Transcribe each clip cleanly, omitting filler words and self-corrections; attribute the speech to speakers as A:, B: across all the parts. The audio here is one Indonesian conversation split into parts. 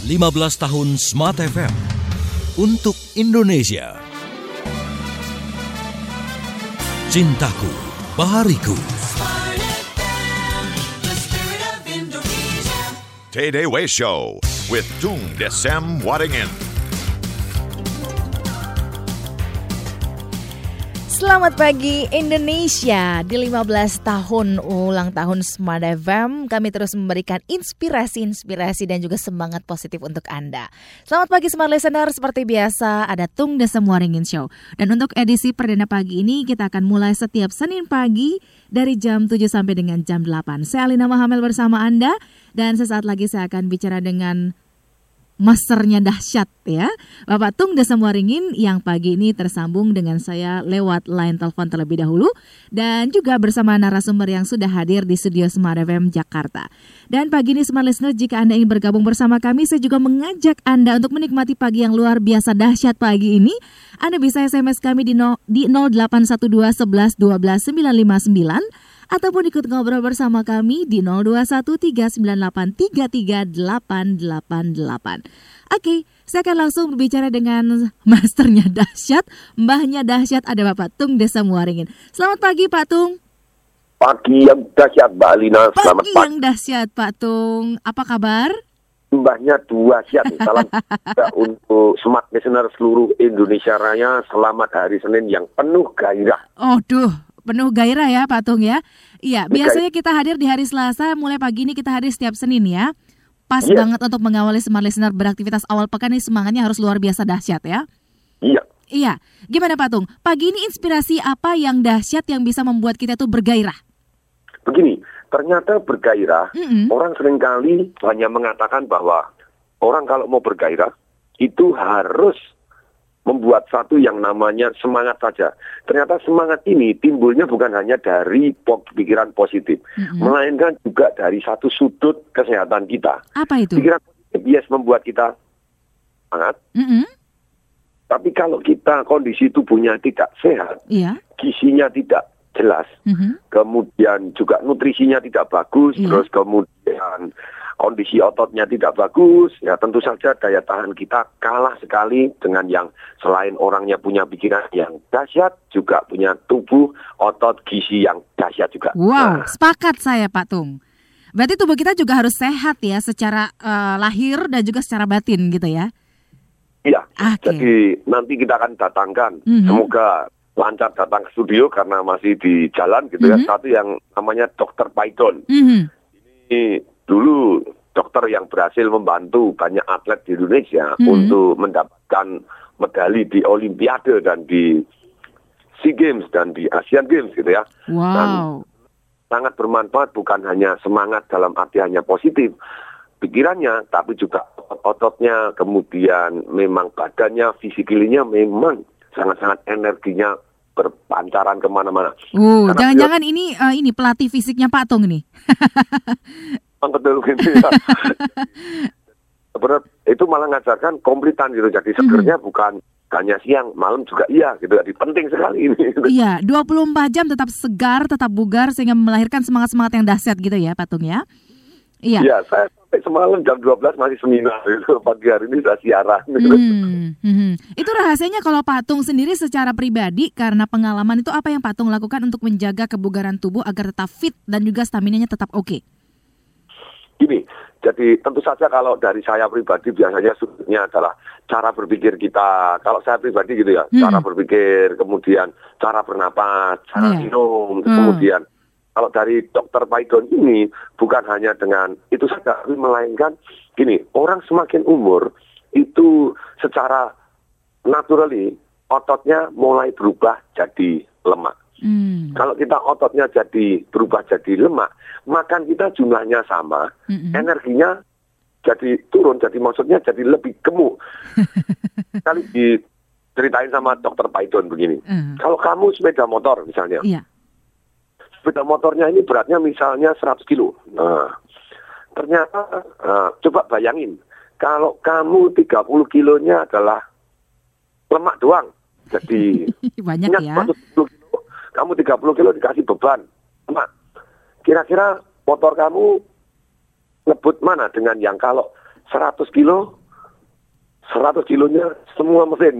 A: 15 tahun Smart FM untuk Indonesia. Cintaku, Bahariku.
B: TDW Show with Tung Desem Waringin.
C: Selamat pagi Indonesia. Di 15 tahun ulang tahun Smart FM, kami terus memberikan inspirasi dan juga semangat positif untuk Anda. Selamat pagi Smart Listener, seperti biasa ada Tung Desem Waringin Show. Dan untuk edisi perdana pagi ini kita akan mulai setiap Senin pagi dari jam 7 sampai dengan jam 8. Saya Alina Mahamel bersama Anda dan sesaat lagi saya akan bicara dengan masternya dahsyat ya, Bapak Tung Desem Waringin yang pagi ini tersambung dengan saya lewat line telepon terlebih dahulu dan juga bersama narasumber yang sudah hadir di studio Smart FM Jakarta. Dan pagi ini Smart Listener, jika Anda ingin bergabung bersama kami, saya juga mengajak Anda untuk menikmati pagi yang luar biasa dahsyat pagi ini. Anda bisa SMS kami di 0812 11 12 959 ataupun ikut ngobrol bersama kami di 021398338888. Oke, saya akan langsung berbicara dengan masternya dahsyat, mbahnya dahsyat, ada Bapak Tung Desem Waringin. Selamat pagi Pak Tung.
D: Pagi yang dahsyat Mbak Alina. Selamat
C: pagi yang dahsyat Pak Tung. Apa kabar?
D: Mbahnya dua syat. Salam untuk Smart Listener seluruh Indonesia Raya. Selamat hari Senin yang penuh gairah.
C: Penuh gairah ya Pak Tung ya. Iya, biasanya kita hadir di hari Selasa, mulai pagi ini kita hadir setiap Senin ya. Pas banget untuk mengawali Smart Listener beraktivitas awal pekan ini, semangatnya harus luar biasa dahsyat ya. Iya. Gimana Pak Tung? Pagi ini inspirasi apa yang dahsyat yang bisa membuat kita tuh bergairah?
D: Begini, ternyata bergairah, orang seringkali hanya mengatakan bahwa orang kalau mau bergairah itu harus membuat satu yang namanya semangat saja. Ternyata semangat ini timbulnya bukan hanya dari pikiran positif, melainkan juga dari satu sudut kesehatan kita.
C: Apa itu?
D: Pikiran positif membuat kita semangat. Tapi kalau kita kondisi tubuhnya tidak sehat, gizinya tidak jelas, kemudian juga nutrisinya tidak bagus, terus kemudian kondisi ototnya tidak bagus, ya tentu saja daya tahan kita kalah sekali dengan yang selain orangnya punya pikiran yang dahsyat, juga punya tubuh, otot, gizi yang dahsyat juga.
C: Wow, sepakat saya Pak Tung. Berarti tubuh kita juga harus sehat ya, secara lahir dan juga secara batin gitu ya?
D: Iya, jadi nanti kita akan datangkan, semoga lancar datang ke studio karena masih di jalan gitu ya, satu yang namanya Dr. Paidon. Ini dulu dokter yang berhasil membantu banyak atlet di Indonesia untuk mendapatkan medali di Olimpiade dan di SEA Games dan di Asian Games gitu ya.
C: Wow.
D: Dan sangat bermanfaat, bukan hanya semangat dalam arti hanya positif pikirannya, tapi juga ototnya, kemudian memang badannya, fisikilinya memang sangat-sangat energinya berpancaran kemana-mana.
C: Jangan-jangan ini pelatih fisiknya Pak Tung nih.
D: Betul gitu ya. Sebenarnya itu malah ngajarkan komplitan gitu. Jadi segernya bukan hanya siang, malam juga iya gitu. Jadi penting sekali ini.
C: Iya, 24 jam tetap segar, tetap bugar sehingga melahirkan semangat-semangat yang dahsyat gitu ya Pak Tung ya. Iya. Iya,
D: saya sampai semalam jam 12 masih seminar gitu. Pagi hari ini saya siaran.
C: Itu rahasianya kalau Pak Tung sendiri secara pribadi, karena pengalaman itu apa yang Pak Tung lakukan untuk menjaga kebugaran tubuh agar tetap fit dan juga staminanya tetap oke?
D: Gini, jadi tentu saja kalau dari saya pribadi biasanya sudutnya adalah cara berpikir kita. Kalau saya pribadi gitu ya, cara berpikir, kemudian cara bernapas, cara minum, kemudian kalau dari Dr. Paidon ini bukan hanya dengan itu saja, tapi melainkan gini, orang semakin umur itu secara naturally ototnya mulai berubah jadi lemak. Kalau kita ototnya berubah jadi lemak, makan kita jumlahnya sama, energinya jadi turun, jadi maksudnya jadi lebih gemuk. Kali diceritain sama Dr. Paidon begini, kalau kamu sepeda motor misalnya, sepeda motornya ini beratnya misalnya 100 kilo. Nah, ternyata coba bayangin, kalau kamu 30 kilonya adalah lemak doang, jadi
C: banyak ya.
D: 110 kilo, kamu 30 kilo dikasih beban lemak. Kira-kira motor kamu ngebut mana dengan yang kalau 100 kilonya semua mesin.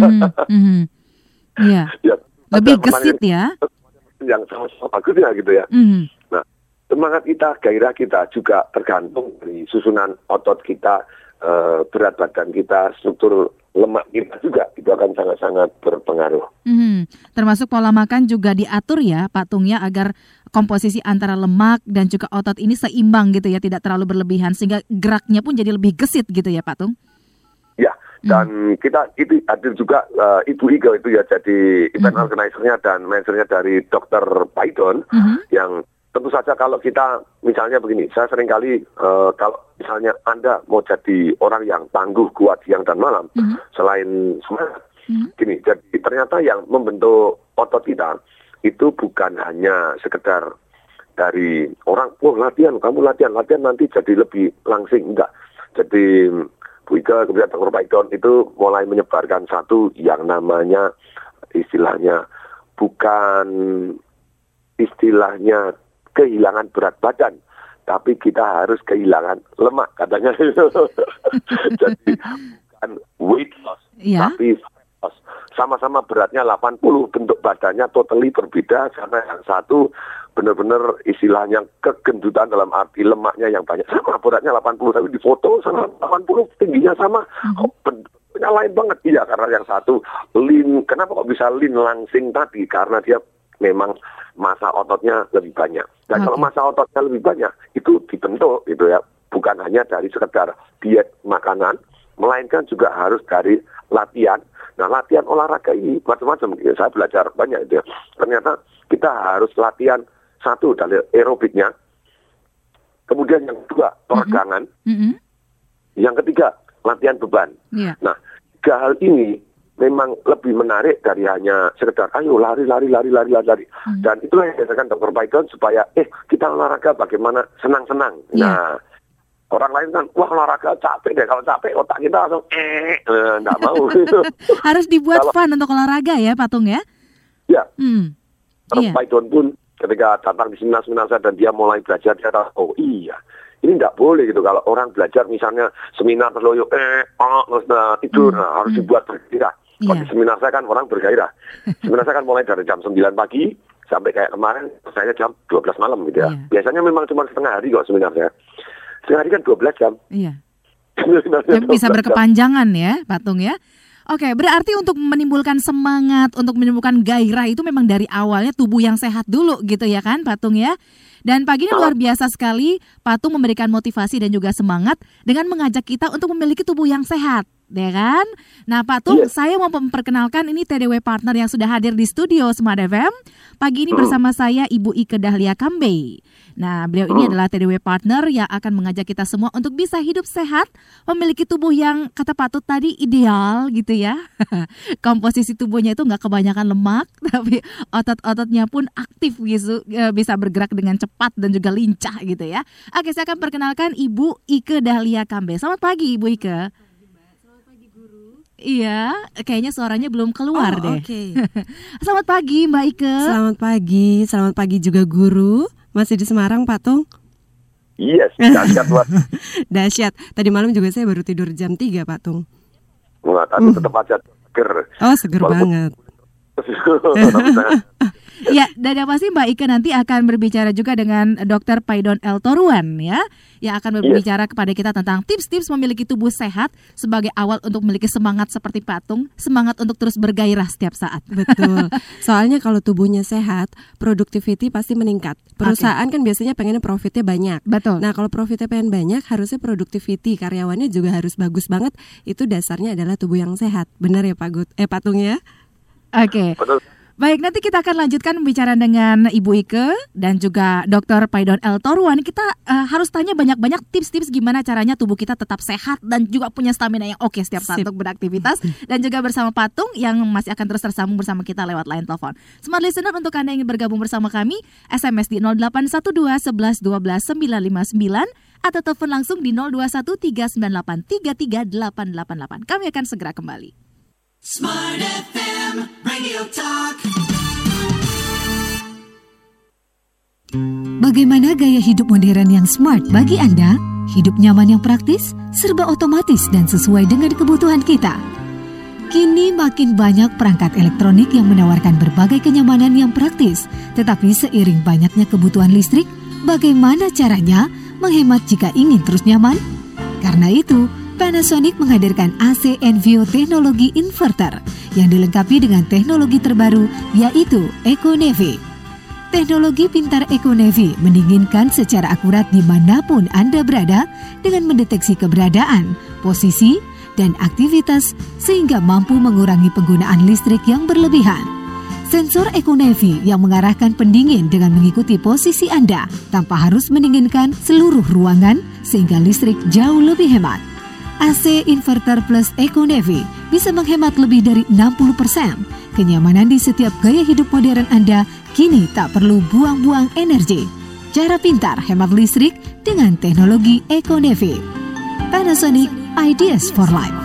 C: Iya.
D: Ya,
C: lebih gesit ya.
D: Yang sama-sama bagus ya gitu ya. Nah, semangat kita, gairah kita juga tergantung dari susunan otot kita, berat badan kita, struktur lemak kita juga itu akan sangat-sangat berpengaruh.
C: Termasuk pola makan juga diatur ya Pak Tung ya, agar komposisi antara lemak dan juga otot ini seimbang gitu ya, tidak terlalu berlebihan sehingga geraknya pun jadi lebih gesit gitu ya Pak Tung.
D: Ya, dan kita itu hadir juga Ibu Ike itu ya, jadi event organizer-nya dan manajernya dari Dr. Paidon yang tentu saja kalau kita misalnya begini, saya seringkali kalau misalnya Anda mau jadi orang yang tangguh, kuat siang dan malam, selain semangat, gini, jadi ternyata yang membentuk otot kita itu bukan hanya sekedar dari orang, latihan, kamu latihan nanti jadi lebih langsing, enggak. Jadi Bu Ika, kemudian Dr. Paidon itu mulai menyebarkan satu yang namanya istilahnya bukan istilahnya kehilangan berat badan, tapi kita harus kehilangan lemak katanya. Jadi bukan weight loss, tapi loss. Sama-sama beratnya 80, bentuk badannya totally berbeda karena yang satu benar-benar istilahnya kegendutan dalam arti lemaknya yang banyak. Sama beratnya 80 tapi di foto sama 80 tingginya sama. Bentuknya lain banget. Iya, karena yang satu lean. Kenapa kok bisa lean langsing tadi? Karena dia memang massa ototnya lebih banyak. Dan kalau massa ototnya lebih banyak, itu dibentuk gitu ya. Bukan hanya dari sekedar diet makanan, melainkan juga harus dari latihan. Nah, latihan olahraga ini macam-macam. Saya belajar banyak itu ya. Ternyata kita harus latihan satu dari aerobiknya. Kemudian yang kedua, peregangan. Yang ketiga, latihan beban. Nah, 3 hal ini memang lebih menarik dari hanya sekedar ayo lari. Dan itulah yang diajarkan Dr. Paidon supaya kita olahraga bagaimana senang-senang. Nah, orang lain kan olahraga capek deh, kalau capek otak kita langsung enggak mau. Harus dibuat fun untuk olahraga ya Pak Tung ya. Ya. Dr. Paidon pun ketika datang di seminar saya dan dia mulai belajar, dia tahu ini enggak boleh gitu kalau orang belajar misalnya seminar terus tidur, harus dibuat bergairah. Kalau di seminar saya kan orang bergairah. Seminar saya kan mulai dari jam 9 pagi sampai kayak kemarin saya jam 12 malam gitu ya. Biasanya memang cuma setengah hari kok seminar saya. Setengah hari kan 12 jam. Iya. Bisa berkepanjangan ya Pak Tung ya. Oke, berarti untuk menimbulkan semangat, untuk menimbulkan gairah itu memang dari awalnya tubuh yang sehat dulu gitu ya kan Pak Tung ya. Dan pagi ini luar biasa sekali Pak Tung memberikan motivasi dan juga semangat dengan mengajak kita untuk memiliki tubuh yang sehat. Ya kan? Nah Pak Tung, saya mau memperkenalkan ini TDW Partner yang sudah hadir di studio Smart FM. Pagi ini bersama saya Ibu Ike Dahlia Kambe. Nah beliau ini adalah TDW Partner yang akan mengajak kita semua untuk bisa hidup sehat, memiliki tubuh yang kata Pak Tung tadi ideal gitu ya. Komposisi tubuhnya itu nggak kebanyakan lemak, tapi otot-ototnya pun aktif gitu, bisa bergerak dengan cepat dan juga lincah gitu ya. Oke, saya akan perkenalkan Ibu Ike Dahlia Kambe. Selamat pagi Ibu Ike. Iya, kayaknya suaranya belum keluar deh. Okay. Selamat pagi Mbak Ike. Selamat pagi juga guru. Masih di Semarang Pak Tung? Yes, dahsyat Pak. Dahsyat. Tadi malam juga saya baru tidur jam 3 Pak Tung. Wah, tapi tetap aja seger. Oh, seger banget. Ya, dan yang pasti Mbak Ike nanti akan berbicara juga dengan Dr. Paidon L. Toruan ya, yang akan berbicara kepada kita tentang tips-tips memiliki tubuh sehat sebagai awal untuk memiliki semangat seperti Pak Tung, semangat untuk terus bergairah setiap saat. Betul. Soalnya kalau tubuhnya sehat, productivity pasti meningkat. Perusahaan kan biasanya pengennya profitnya banyak. Betul. Nah, kalau profitnya pengen banyak, harusnya productivity karyawannya juga harus bagus banget. Itu dasarnya adalah tubuh yang sehat. Benar ya Pak Tung ya? Oke. Betul. Baik, nanti kita akan lanjutkan pembicaraan dengan Ibu Ike dan juga Dr. Paidon L. Toruan. Kita harus tanya banyak-banyak tips-tips gimana caranya tubuh kita tetap sehat dan juga punya stamina yang oke setiap saat untuk beraktivitas. Dan juga bersama Pak Tung yang masih akan terus tersambung bersama kita lewat line telepon. Smart Listener, untuk Anda yang ingin bergabung bersama kami, SMS di 0812 11 12 959 atau telepon langsung di 021 398 33888. Kami akan segera kembali. Smart FM Radio Talk.
E: Bagaimana gaya hidup modern yang smart bagi Anda? Hidup nyaman yang praktis, serba otomatis dan sesuai dengan kebutuhan kita. Kini makin banyak perangkat elektronik yang menawarkan berbagai kenyamanan yang praktis, tetapi seiring banyaknya kebutuhan listrik, bagaimana caranya menghemat jika ingin terus nyaman? Karena itu, Panasonic menghadirkan AC Envio teknologi inverter yang dilengkapi dengan teknologi terbaru yaitu EcoNevi. Teknologi pintar EcoNevi mendinginkan secara akurat dimanapun Anda berada dengan mendeteksi keberadaan, posisi, dan aktivitas sehingga mampu mengurangi penggunaan listrik yang berlebihan. Sensor EcoNevi yang mengarahkan pendingin dengan mengikuti posisi Anda tanpa harus mendinginkan seluruh ruangan sehingga listrik jauh lebih hemat. AC Inverter Plus EcoNevi bisa menghemat lebih dari 60%. Kenyamanan di setiap gaya hidup modern Anda kini tak perlu buang-buang energi. Cara pintar hemat listrik dengan teknologi EcoNevi. Panasonic, Ideas for Life.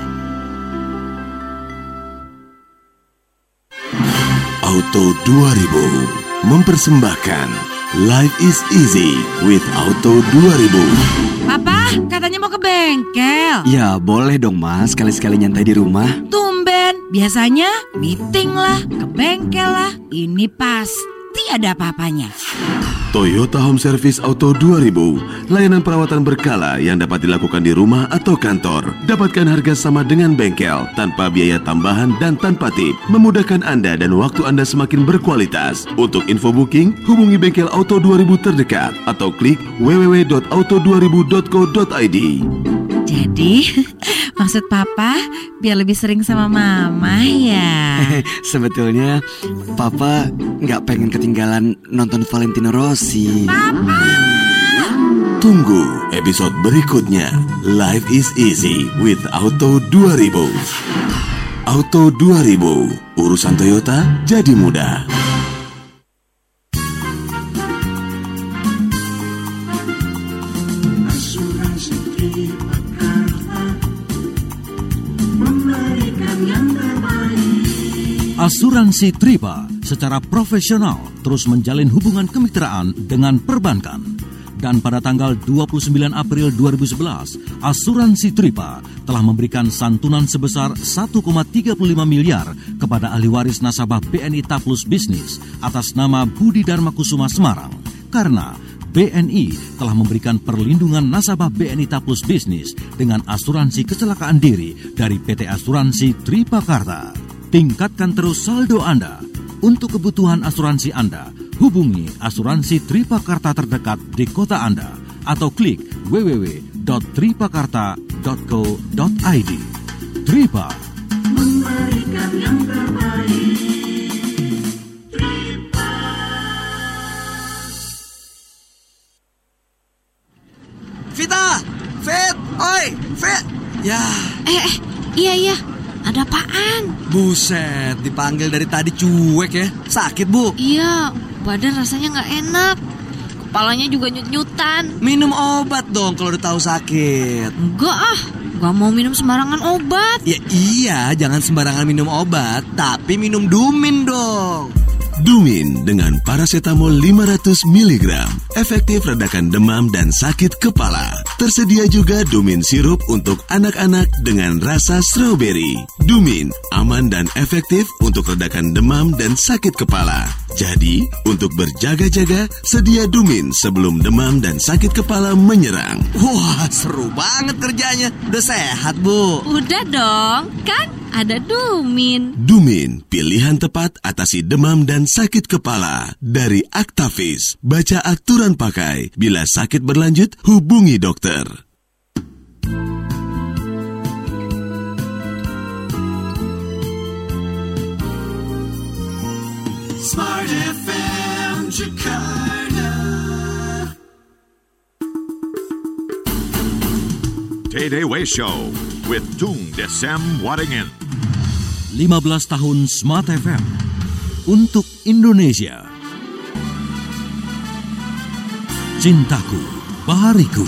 F: Auto 2000 mempersembahkan Life is Easy with Auto 2000.
G: Papa, katanya mau ke bengkel.
H: Ya boleh dong mas, sekali-sekali nyantai di rumah.
G: Tumben, biasanya meeting lah, ke bengkel lah. Ini pasti ada apa-apanya.
F: Toyota Home Service Auto 2000, layanan perawatan berkala yang dapat dilakukan di rumah atau kantor. Dapatkan harga sama dengan bengkel, tanpa biaya tambahan dan tanpa tip. Memudahkan Anda dan waktu Anda semakin berkualitas. Untuk info booking, hubungi bengkel Auto 2000 terdekat atau klik www.auto2000.co.id.
G: Jadi, maksud Papa biar lebih sering sama Mama ya?
H: Sebetulnya Papa gak pengen ketinggalan nonton Valentino Rossi.
G: Papa!
F: Tunggu episode berikutnya. Life is Easy with Auto 2000. Auto 2000, urusan Toyota jadi mudah.
A: Asuransi Tripa secara profesional terus menjalin hubungan kemitraan dengan perbankan. Dan pada tanggal 29 April 2011, Asuransi Tripa telah memberikan santunan sebesar 1,35 miliar kepada ahli waris nasabah BNI Taplus Bisnis atas nama Budi Darmakusuma Semarang. Karena BNI telah memberikan perlindungan nasabah BNI Taplus Bisnis dengan asuransi kecelakaan diri dari PT Asuransi Tripakarta. Tingkatkan terus saldo Anda. Untuk kebutuhan asuransi Anda, hubungi asuransi Tripakarta terdekat di kota Anda atau klik www.tripakarta.co.id. Tripa memberikan yang terbaik. Tripa.
H: Vita! Fit! Oi! Fit! Ya.
G: Iya. Ada apaan?
H: Buset, dipanggil dari tadi cuek ya. Sakit, Bu?
I: Iya, badan rasanya gak enak. Kepalanya juga nyut-nyutan.
H: Minum obat dong kalau udah tahu sakit.
I: Enggak gak mau minum sembarangan obat.
H: Ya iya, jangan sembarangan minum obat, tapi minum Dumin dong.
F: Dumin dengan paracetamol 500 mg, efektif redakan demam dan sakit kepala. Tersedia juga Dumin sirup untuk anak-anak dengan rasa strawberry. Dumin aman dan efektif untuk redakan demam dan sakit kepala. Jadi, untuk berjaga-jaga, sedia Dumin sebelum demam dan sakit kepala menyerang.
H: Wah, seru banget kerjanya. Udah sehat, Bu?
I: Udah dong, kan ada Dumin.
F: Dumin, pilihan tepat atasi demam dan sakit kepala. Dari Actavis, baca aturan pakai. Bila sakit berlanjut, hubungi dokter.
J: Smart FM Jakarta.
B: Day Show with Tung Desem Waringin.
A: 15 tahun Smart FM untuk Indonesia. Cintaku, Bahariku.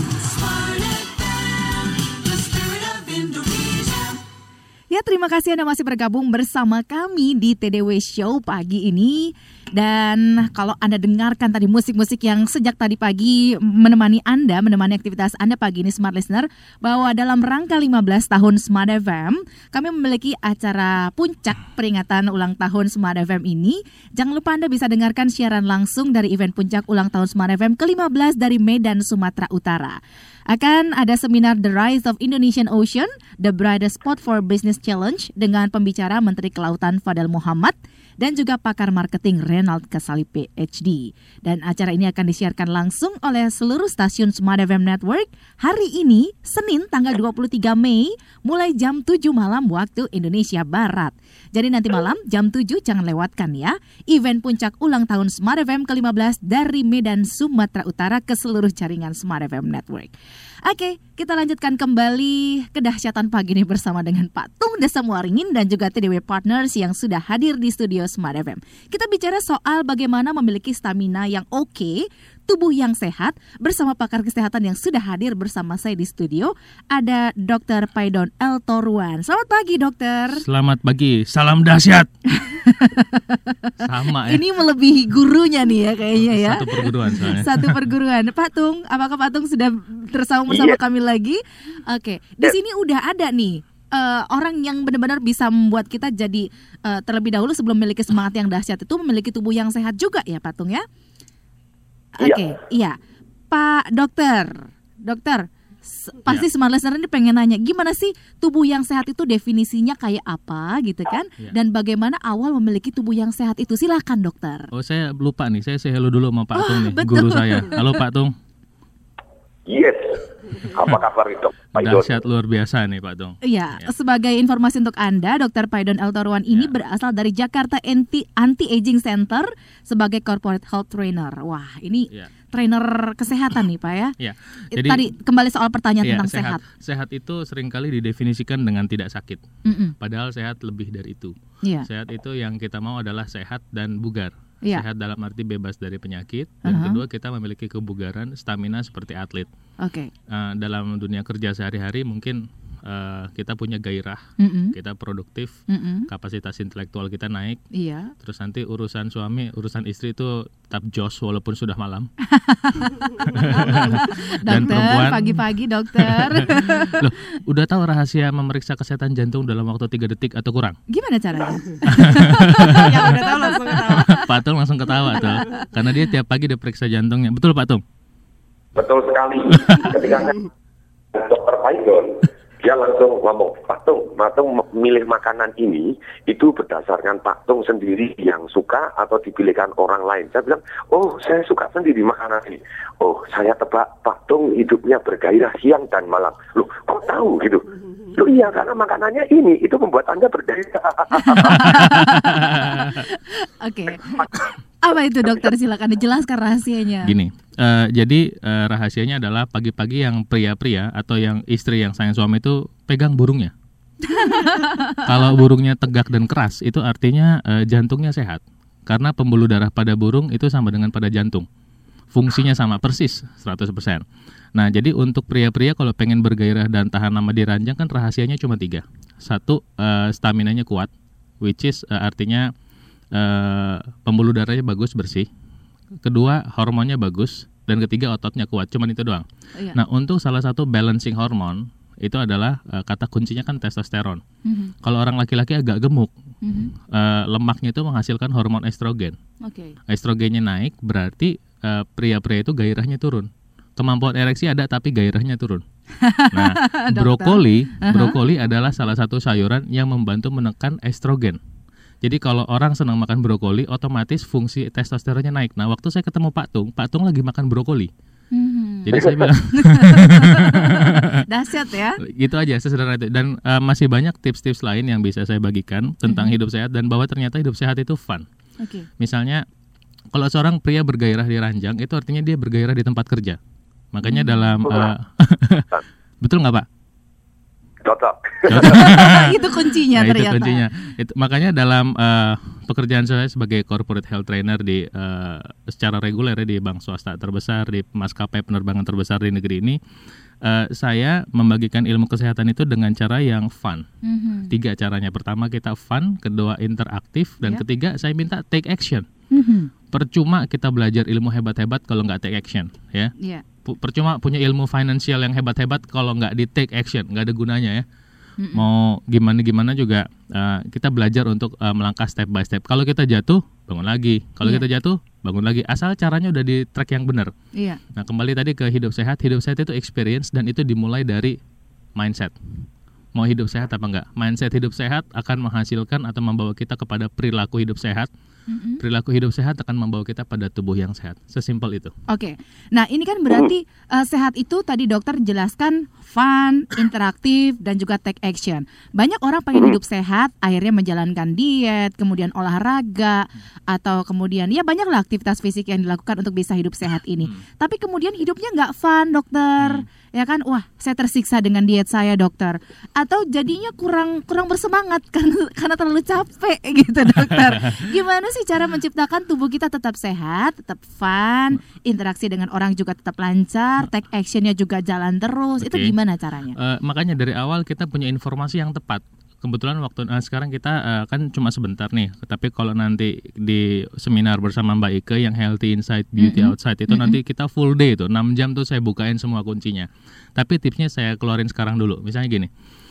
C: Ya, terima kasih Anda masih bergabung bersama kami di TDW Show pagi ini. Dan kalau Anda dengarkan tadi musik-musik yang sejak tadi pagi menemani aktivitas Anda pagi ini Smart Listener, bahwa dalam rangka 15 tahun Smart FM, kami memiliki acara puncak peringatan ulang tahun Smart FM ini. Jangan lupa Anda bisa dengarkan siaran langsung dari event puncak ulang tahun Smart FM ke-15 dari Medan, Sumatera Utara. Akan ada seminar The Rise of Indonesian Ocean, The Brightest Spot for Business Challenge dengan pembicara Menteri Kelautan Fadel Muhammad dan juga pakar marketing Renald Kasali PhD. Dan acara ini akan disiarkan langsung oleh seluruh stasiun Smart FM Network hari ini, Senin tanggal 23 Mei, mulai jam 7 malam waktu Indonesia Barat. Jadi nanti malam jam 7 jangan lewatkan ya, event puncak ulang tahun Smart FM ke-15 dari Medan, Sumatera Utara ke seluruh jaringan Smart FM Network. Oke, kita lanjutkan kembali kedahsyatan pagi ini bersama dengan Pak Tung Desem Waringin dan juga TDW Partners yang sudah hadir di studio Smart FM. Kita bicara soal bagaimana memiliki stamina yang oke, tubuh yang sehat, bersama pakar kesehatan yang sudah hadir bersama saya di studio. Ada Dr. Paidon L. Toruan. Selamat pagi, dokter.
K: Selamat pagi, salam dahsyat. Sama ya.
C: Ini melebihi gurunya nih ya kayaknya ya.
K: Satu perguruan soalnya.
C: Satu perguruan. Pak Tung, apakah Pak Tung sudah tersambung bersama kami lagi? Oke, di sini udah ada nih orang yang benar-benar bisa membuat kita jadi terlebih dahulu sebelum memiliki semangat yang dahsyat itu memiliki tubuh yang sehat juga ya Pak Tung ya? Oke, iya. Pak Dokter, pasti Smart Listener ini pengen nanya, gimana sih tubuh yang sehat itu definisinya kayak apa gitu kan? Dan bagaimana awal memiliki tubuh yang sehat itu? Silakan dokter.
K: Oh, saya lupa nih, saya say hello dulu sama Pak Tung nih, guru saya. Halo Pak Tung.
D: Yes. Apa kabar itu, Pak Idon?
K: Dahsyat luar biasa nih Pak Tung.
C: Iya, sebagai informasi untuk Anda, Dr. Paidon L. Toruan ini berasal dari Jakarta Anti-Aging Center sebagai Corporate Health Trainer. Wah, ini trainer kesehatan nih Pak ya.
K: Iya.
C: Jadi tadi kembali soal pertanyaan tentang sehat.
K: Sehat itu seringkali didefinisikan dengan tidak sakit. Padahal sehat lebih dari itu. Sehat itu yang kita mau adalah sehat dan bugar. Sehat dalam arti bebas dari penyakit. Dan kedua, kita memiliki kebugaran, stamina seperti atlet. Dalam dunia kerja sehari-hari mungkin kita punya gairah, kita produktif, kapasitas intelektual kita naik. Terus nanti urusan suami, urusan istri itu tetap jos walaupun sudah malam. Dan
C: dokter,
K: perempuan
C: pagi-pagi dokter.
K: Loh, udah tahu rahasia memeriksa kesehatan jantung dalam waktu 3 detik atau kurang?
C: Gimana caranya?
L: Yang udah tahu langsung ketawa.
K: Pak Tung langsung ketawa tuh, karena dia tiap pagi diperiksa jantungnya. Betul Pak Tung?
D: Betul sekali. Ketika saya Dr. Paidon, dia langsung ngomong, Pak Tung milih makanan ini itu berdasarkan Pak Tung sendiri yang suka atau dipilihkan orang lain. Saya bilang, oh saya suka sendiri makanan ini. Oh saya tebak Pak Tung hidupnya bergairah siang dan malam. Loh kok tahu gitu? Loh iya karena makanannya ini, itu membuat Anda bergairah.
C: Oke. Apa itu dokter? Silakan dijelaskan rahasianya.
K: Gini, jadi rahasianya adalah pagi-pagi yang pria-pria atau yang istri yang sayang suami itu pegang burungnya. Kalau burungnya tegak dan keras, itu artinya jantungnya sehat. Karena pembuluh darah pada burung itu sama dengan pada jantung. Fungsinya sama persis 100%. Nah, jadi untuk pria-pria kalau pengen bergairah dan tahan lama di ranjang kan rahasianya cuma 3. 1, staminanya kuat, which is artinya pembuluh darahnya bagus, bersih. Kedua, hormonnya bagus. Dan ketiga, ototnya kuat. Cuman itu doang. Nah, untuk salah satu balancing hormon itu adalah kata kuncinya kan testosteron. Kalau orang laki-laki agak gemuk, lemaknya itu menghasilkan hormon estrogen. Estrogennya naik, berarti pria-pria itu gairahnya turun. Kemampuan ereksi ada tapi gairahnya turun. Nah, brokoli adalah salah satu sayuran yang membantu menekan estrogen. Jadi kalau orang senang makan brokoli, otomatis fungsi testosteronnya naik. Nah, waktu saya ketemu Pak Tung lagi makan brokoli. Jadi saya bilang
C: dahsyat ya.
K: Gitu aja, sesederhana itu. Dan masih banyak tips-tips lain yang bisa saya bagikan tentang hidup sehat dan bahwa ternyata hidup sehat itu fun. Misalnya, kalau seorang pria bergairah di ranjang, itu artinya dia bergairah di tempat kerja. Makanya dalam betul nggak Pak?
D: Cocok.
C: Itu kuncinya ternyata. Itu kuncinya.
K: Makanya dalam pekerjaan saya sebagai corporate health trainer di secara reguler di bank swasta terbesar, di maskapai penerbangan terbesar di negeri ini, saya membagikan ilmu kesehatan itu dengan cara yang fun. 3 caranya. Pertama kita fun, kedua interaktif, dan ketiga saya minta take action. Percuma kita belajar ilmu hebat-hebat kalau nggak take action, ya.
C: Yeah.
K: Percuma punya ilmu finansial yang hebat-hebat kalau nggak di take action, nggak ada gunanya ya. Mau gimana juga kita belajar untuk melangkah step by step. Kalau kita jatuh, bangun lagi. Kalau kita jatuh, bangun lagi. Asal caranya udah di track yang benar.
C: Iya.
K: Nah, kembali tadi ke hidup sehat. Hidup sehat itu experience dan itu dimulai dari mindset. Mau hidup sehat apa enggak? Mindset hidup sehat akan menghasilkan atau membawa kita kepada perilaku hidup sehat. Perilaku hidup sehat akan membawa kita pada tubuh yang sehat. Sesimpel itu.
C: Oke. Nah, ini kan berarti sehat itu tadi dokter jelaskan fun, interaktif, dan juga take action. Banyak orang pengen hidup sehat, akhirnya menjalankan diet, kemudian olahraga, atau kemudian ya banyaklah aktivitas fisik yang dilakukan untuk bisa hidup sehat ini. Tapi kemudian hidupnya nggak fun, dokter. Ya kan, wah saya tersiksa dengan diet saya, dokter. Atau jadinya kurang bersemangat karena terlalu capek gitu, dokter. Gimana sih cara menciptakan tubuh kita tetap sehat, tetap fun, interaksi dengan orang juga tetap lancar, take actionnya juga jalan terus. Itu gimana caranya?
K: Makanya dari awal kita punya informasi yang tepat. Kebetulan waktu sekarang kita kan cuma sebentar nih, tapi kalau nanti di seminar bersama Mbak Ike yang Healthy Inside, Beauty Outside itu nanti kita full day tuh, 6 jam tuh saya bukain semua kuncinya. Tapi tipsnya saya keluarin sekarang dulu. Misalnya gini,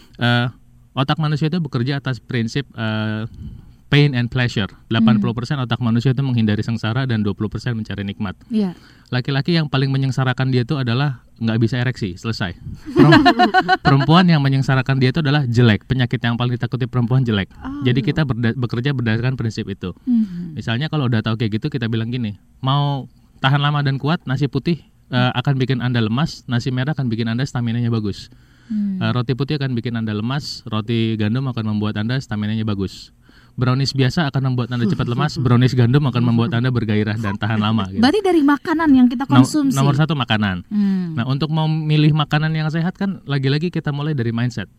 K: otak manusia itu bekerja atas prinsip pain and pleasure. 80% otak manusia itu menghindari sengsara dan 20% mencari nikmat.
C: Yeah.
K: Laki-laki yang paling menyengsarakan dia itu adalah nggak bisa ereksi, selesai. Perempuan yang menyengsarakan dia itu adalah jelek. Penyakit yang paling ditakuti perempuan jelek. Jadi kita bekerja berdasarkan prinsip itu. Misalnya kalau udah tahu kayak gitu, kita bilang gini, mau tahan lama dan kuat, nasi putih akan bikin Anda lemas, nasi merah akan bikin Anda staminanya bagus. Roti putih akan bikin Anda lemas, roti gandum akan membuat Anda staminanya bagus. Brownies biasa akan membuat Anda cepat lemas, brownies gandum akan membuat Anda bergairah dan tahan lama. Gitu.
C: Berarti dari makanan yang kita konsumsi.
K: Nomor 1 makanan. Nah, untuk memilih makanan yang sehat kan lagi-lagi kita mulai dari mindset.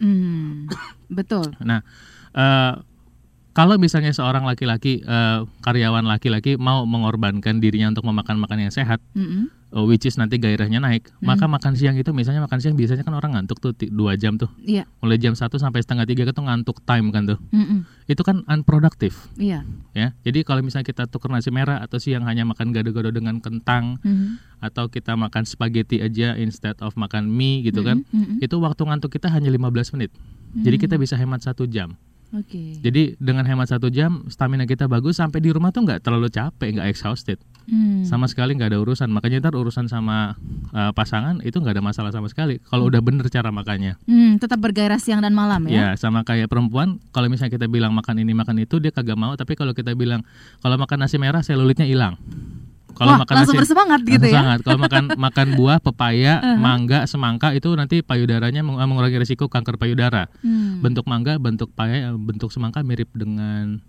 C: Betul.
K: Nah, kalau misalnya seorang laki-laki, karyawan laki-laki mau mengorbankan dirinya untuk memakan makanan yang sehat, which is nanti gairahnya naik, maka makan siang itu misalnya makan siang biasanya kan orang ngantuk tuh 2 jam tuh.
C: Iya.
K: Mulai jam 1 sampai setengah 3 itu ngantuk time kan tuh. Itu kan unproductive.
C: Iya.
K: Ya. Jadi kalau misalnya kita tuker nasi merah atau siang hanya makan gado-gado dengan kentang atau kita makan spaghetti aja instead of makan mie gitu kan. Itu waktu ngantuk kita hanya 15 menit. Jadi kita bisa hemat 1 jam. Jadi dengan hemat 1 jam stamina kita bagus, sampai di rumah tuh nggak terlalu capek, nggak exhausted, sama sekali nggak ada urusan. Makanya ntar urusan sama pasangan itu nggak ada masalah sama sekali kalau udah bener cara makannya.
C: Tetap bergairah siang dan malam ya.
K: Ya sama kayak perempuan, kalau misalnya kita bilang makan ini makan itu dia kagak mau, tapi kalau kita bilang kalau makan nasi merah selulitnya hilang. Kalau makan
C: langsung
K: nasi,
C: bersemangat gitu ya.
K: Sangat. Kalau makan buah, pepaya, mangga, semangka itu nanti payudaranya mengurangi risiko kanker payudara. Bentuk mangga, bentuk pepaya, bentuk semangka mirip dengan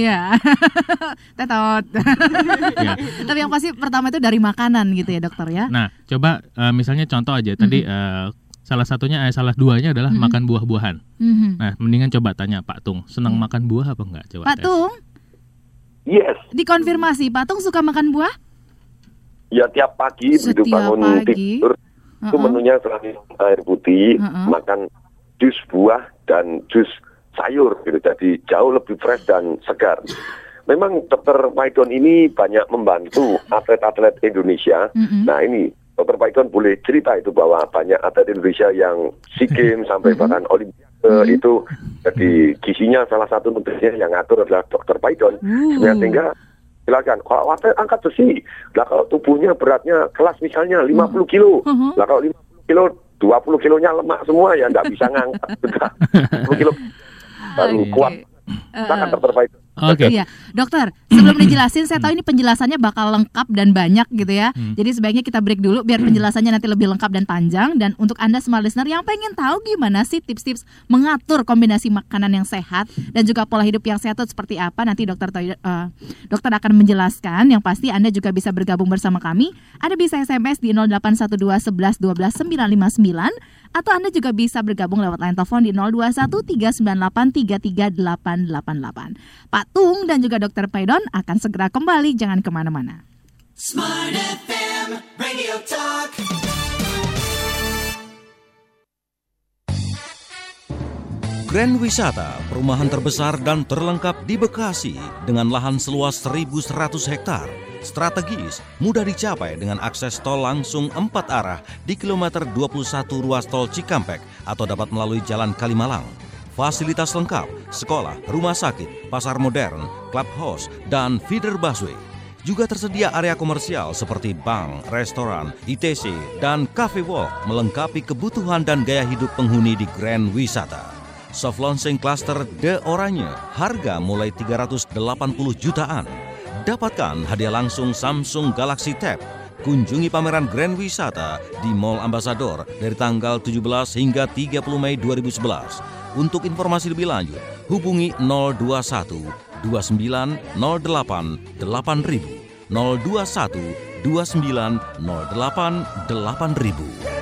C: tetot. Tapi yang pasti pertama itu dari makanan gitu ya, dokter ya.
K: Nah, coba misalnya contoh aja tadi salah duanya adalah makan buah-buahan. Nah, mendingan coba tanya Pak Tung, senang makan buah apa enggak? Coba
C: Pak Tung?
D: Yes.
C: Dikonfirmasi, Pak Tung suka makan buah?
D: Ya tiap pagi begitu bangun tidur itu menunya selain air putih, makan jus buah dan jus sayur gitu, jadi jauh lebih fresh dan segar. Memang Dr. Paidon ini banyak membantu atlet-atlet Indonesia. Nah ini Dr. Paidon boleh cerita itu bahwa banyak atlet Indonesia yang SEA Games sampai bahkan Olimpiade itu, jadi gizinya salah satu nutrisinya yang ngatur adalah Dr. Paidon. Sehingga silakan, kalau atlet angkat besi, lah kalau tubuhnya beratnya kelas misalnya 50 kilo, lah kalau 50 kilo 20 kilonya lemak semua ya nggak bisa ngangkat juga 10 kilo baru kuat. Silakan Dr. Paidon.
C: Iya, dokter, sebelum dijelasin saya tahu ini penjelasannya bakal lengkap dan banyak gitu ya. Jadi sebaiknya kita break dulu biar penjelasannya nanti lebih lengkap dan panjang. Dan untuk Anda semua listener yang pengen tahu gimana sih tips-tips mengatur kombinasi makanan yang sehat dan juga pola hidup yang sehat itu seperti apa, nanti dokter akan menjelaskan. Yang pasti Anda juga bisa bergabung bersama kami. Anda bisa SMS di 0812 11 12 959 atau Anda juga bisa bergabung lewat line telepon di 021 398 33888. Pak Tung dan juga Dr. Paidon akan segera kembali, jangan kemana-mana.
J: Smart FM Radio Talk.
A: Grand Wisata, perumahan terbesar dan terlengkap di Bekasi dengan lahan seluas 1.100 hektar. Strategis, mudah dicapai dengan akses tol langsung 4 arah di kilometer 21 ruas tol Cikampek atau dapat melalui Jalan Kalimalang. Fasilitas lengkap, sekolah, rumah sakit, pasar modern, clubhouse, dan feeder busway. Juga tersedia area komersial seperti bank, restoran, ITC, dan cafe walk melengkapi kebutuhan dan gaya hidup penghuni di Grand Wisata. Soft launching cluster The Oranye, harga mulai 380 jutaan. Dapatkan hadiah langsung Samsung Galaxy Tab. Kunjungi pameran Grand Wisata di Mall Ambassador dari tanggal 17 hingga 30 Mei 2011. Untuk informasi lebih lanjut, hubungi 021 2908 8000, 021 2908 8000.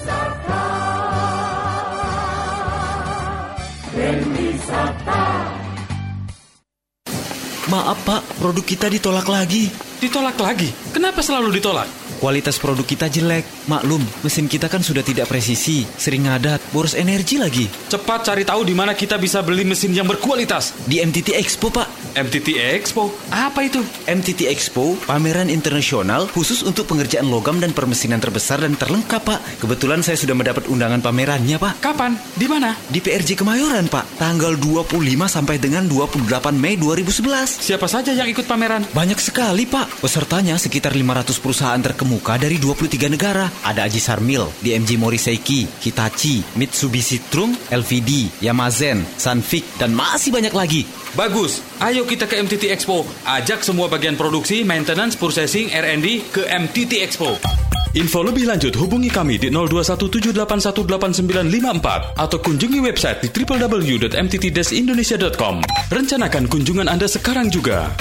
M: Maaf Pak, produk kita ditolak lagi.
N: Ditolak lagi? Kenapa selalu ditolak?
M: Kualitas produk kita jelek. Maklum, mesin kita kan sudah tidak presisi, sering ngadat, boros energi lagi.
N: Cepat cari tahu di mana kita bisa beli mesin yang berkualitas.
M: Di MTT Expo, Pak.
N: MTT Expo? Apa itu?
M: MTT Expo, pameran internasional khusus untuk pengerjaan logam dan permesinan terbesar dan terlengkap, Pak. Kebetulan saya sudah mendapat undangan pamerannya, Pak.
N: Kapan? Di mana?
M: Di PRJ Kemayoran, Pak. Tanggal 25 sampai dengan 28 Mei 2011.
N: Siapa saja yang ikut pameran?
M: Banyak sekali, Pak. Pesertanya sekitar 500 perusahaan terkemuka dari 23 negara. Ada Aji Sarmil, DMG Moriseiki, Hitachi, Mitsubishi Trunk, LVD, Yamazen, Sanfik, dan masih banyak lagi.
N: Bagus, ayo kita ke MTT Expo. Ajak semua bagian produksi, maintenance, purchasing, R&D ke MTT Expo. Info lebih lanjut hubungi kami di 0217818954 atau kunjungi website di www.mtt-indonesia.com. Rencanakan kunjungan Anda sekarang juga.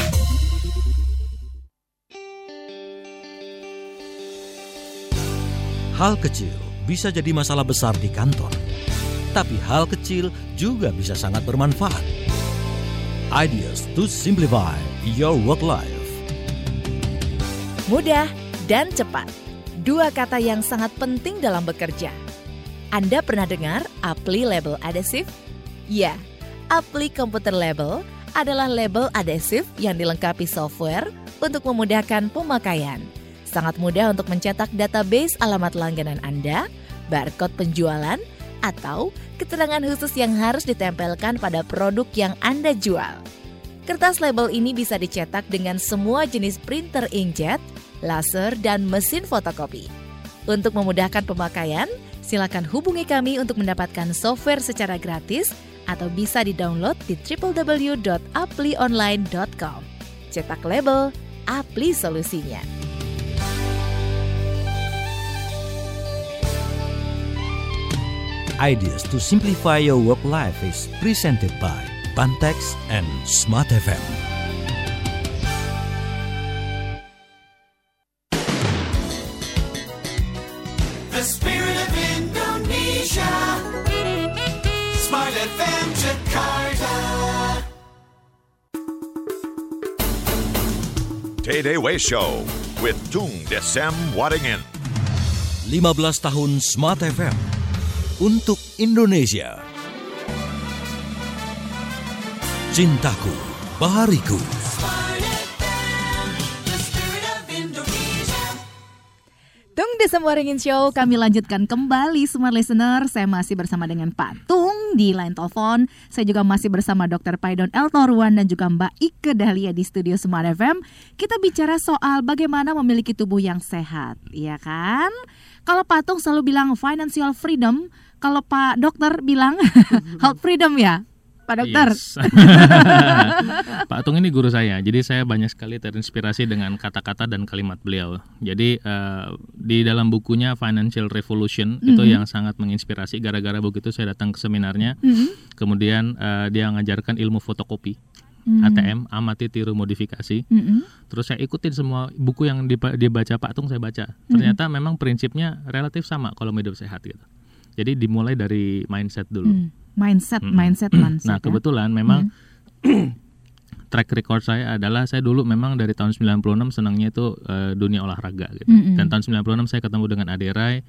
A: Hal kecil bisa jadi masalah besar di kantor, tapi hal kecil juga bisa sangat bermanfaat. Ideas to simplify your work life.
C: Mudah dan cepat. Dua kata yang sangat penting dalam bekerja. Anda pernah dengar Apply Label Adhesive? Ya, Apply Computer Label adalah label adhesif yang dilengkapi software untuk memudahkan pemakaian. Sangat mudah untuk mencetak database alamat langganan Anda, barcode penjualan, atau keterangan khusus yang harus ditempelkan pada produk yang Anda jual. Kertas label ini bisa dicetak dengan semua jenis printer inkjet, laser, dan mesin fotokopi. Untuk memudahkan pemakaian, silakan hubungi kami untuk mendapatkan software secara gratis atau bisa di-download di www.applyonline.com. Cetak label, Apply solusinya.
A: Ideas to simplify your work life is presented by Bantex and Smart FM.
J: The spirit of Indonesia. Smart FM Jakarta.
B: Day Way Show with Tung Desem Waddingin.
A: 15 tahun Smart FM untuk Indonesia. Cintaku, Bahariku.
C: Tung Desem Waddingin Show, kami lanjutkan kembali Smart Listener. Saya masih bersama dengan Pak Tung di line telepon. Saya juga masih bersama Dr. Paidon L. Toruan dan juga Mbak Ike Dahlia di studio Smart FM. Kita bicara soal bagaimana memiliki tubuh yang sehat, iya kan? Kalau Pak Tung selalu bilang financial freedom, kalau Pak Dokter bilang health freedom ya, Pak Dokter.
K: Yes. Pak Tung ini guru saya, jadi saya banyak sekali terinspirasi dengan kata-kata dan kalimat beliau. Jadi di dalam bukunya Financial Revolution itu yang sangat menginspirasi. Gara-gara begitu saya datang ke seminarnya, kemudian dia ngajarkan ilmu fotokopi. ATM, amati tiru modifikasi. Terus saya ikutin semua buku yang dibaca Pak Tung, saya baca. Ternyata memang prinsipnya relatif sama kalau hidup sehat gitu. Jadi dimulai dari mindset dulu.
C: Mindset.
K: Nah, kebetulan memang track record saya adalah saya dulu memang dari tahun 96 senangnya itu dunia olahraga gitu. Dan tahun 96 saya ketemu dengan Ade Rai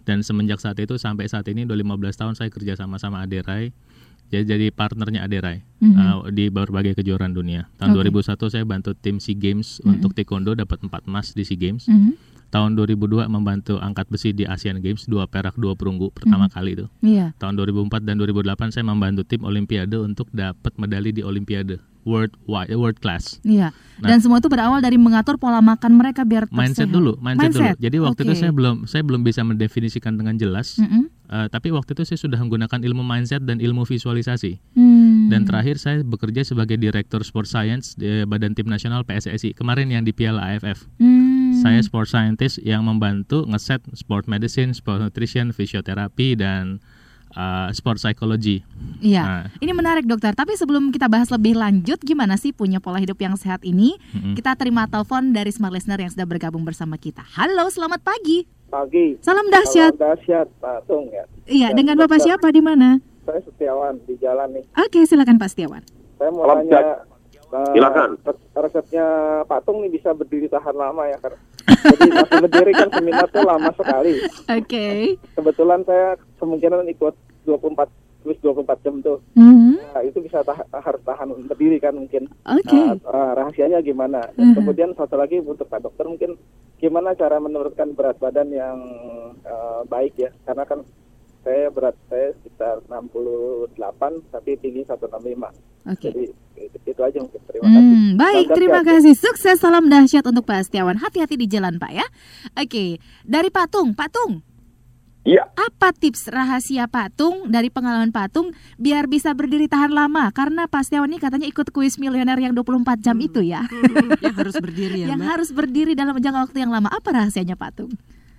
K: Dan semenjak saat itu sampai saat ini udah 15 tahun saya kerja sama Aderai. Jadi partnernya Aderai di berbagai kejuaraan dunia. Tahun 2001 saya bantu tim SEA Games untuk taekwondo, dapat 4 emas di SEA Games. Tahun 2002 membantu angkat besi di Asian Games, 2 perak 2 perunggu pertama kali itu. Tahun 2004 dan 2008 saya membantu tim Olimpiade untuk dapat medali di Olimpiade world class.
O: Iya. Dan semua itu berawal dari mengatur pola makan mereka biar
K: mindset dulu. Jadi waktu itu saya belum bisa mendefinisikan dengan jelas. Tapi waktu itu saya sudah menggunakan ilmu mindset dan ilmu visualisasi. Dan terakhir saya bekerja sebagai Direktur Sport Science di Badan Tim Nasional PSSI. Kemarin yang di Piala AFF. Saya sport scientist yang membantu ngeset sport medicine, sport nutrition, fisioterapi, dan sport psychology.
O: Iya,
K: Nah,
O: ini menarik dokter. Tapi sebelum kita bahas lebih lanjut, gimana sih punya pola hidup yang sehat ini? Kita terima telepon dari smart listener yang sudah bergabung bersama kita. Halo, selamat pagi.
P: Pagi.
O: Salam dahsyat.
P: Salam dahsyat, Pak Tung ya.
O: Iya, dengan Bapak siapa di mana?
P: Saya Setiawan di jalan nih.
O: Oke, silakan Pak Setiawan.
P: Saya mau tanya. Silakan. Resepnya Pak Tung nih bisa berdiri tahan lama ya, karena jadi masih berdiri kan seminar tuh lama sekali.
O: Oke.
P: Kebetulan saya kemungkinan ikut 24 jam tuh. Nah, itu bisa harus tahan berdiri kan mungkin. Rahasianya gimana? Dan kemudian satu lagi untuk Pak Dokter, mungkin gimana cara menurunkan berat badan yang baik ya? Karena kan berat saya sekitar 68 tapi tinggi 165. Jadi itu aja mungkin. Terima kasih.
O: Baik, terima kasih. Sukses, salam dahsyat untuk Pak Setiawan. Hati-hati di jalan Pak ya. Oke, dari Pak Tung.
D: Iya.
O: Apa tips rahasia Pak Tung dari pengalaman Pak Tung biar bisa berdiri tahan lama? Karena Pak Setiawan ini katanya ikut kuis milioner yang 24 jam itu ya.
L: Yang harus berdiri ya,
O: Yang
L: Mbak.
O: harus berdiri dalam jangka waktu yang lama. Apa rahasianya Pak Tung?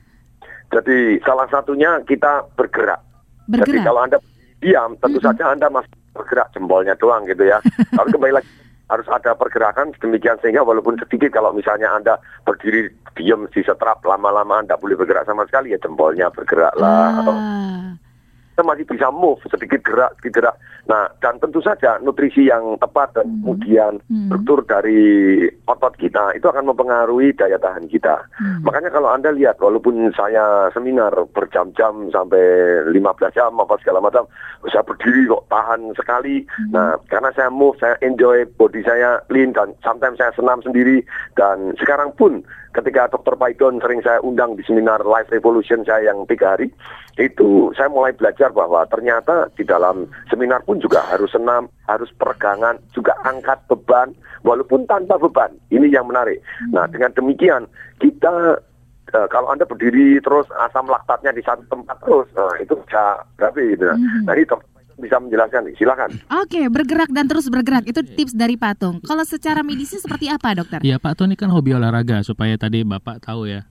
D: Jadi salah satunya kita bergerak. Jadi kalau Anda diam, tentu saja Anda masih bergerak jempolnya doang gitu ya. Tapi kembali lagi harus ada pergerakan demikian sehingga walaupun sedikit, kalau misalnya Anda berdiri diam di setrap lama-lama Anda boleh bergerak sama sekali, ya jempolnya bergeraklah. Atau kita masih bisa move, sedikit gerak. Nah, dan tentu saja nutrisi yang tepat dan kemudian struktur dari otot kita itu akan mempengaruhi daya tahan kita. Makanya kalau Anda lihat, walaupun saya seminar berjam-jam sampai 15 jam apa segala macam, saya berdiri kok tahan sekali. Nah, karena saya move, saya enjoy, body saya clean, dan sometimes saya senam sendiri. Dan sekarang pun ketika Dr. Paidon sering saya undang di seminar Life Revolution saya yang 3 hari, itu saya mulai belajar bahwa ternyata di dalam seminar pun juga harus senam, harus peregangan, juga angkat beban, walaupun tanpa beban. Ini yang menarik. Nah, dengan demikian kita kalau Anda berdiri terus, asam laktatnya di satu tempat terus, nah, itu bisa berapa gitu. Nah, ini bisa menjelaskan nih, silakan.
O: Oke, bergerak dan terus bergerak itu tips dari Pak Tung. Kalau secara medisnya seperti apa, dokter?
K: Iya, Pak Tung ini kan hobi olahraga, supaya tadi Bapak tahu ya.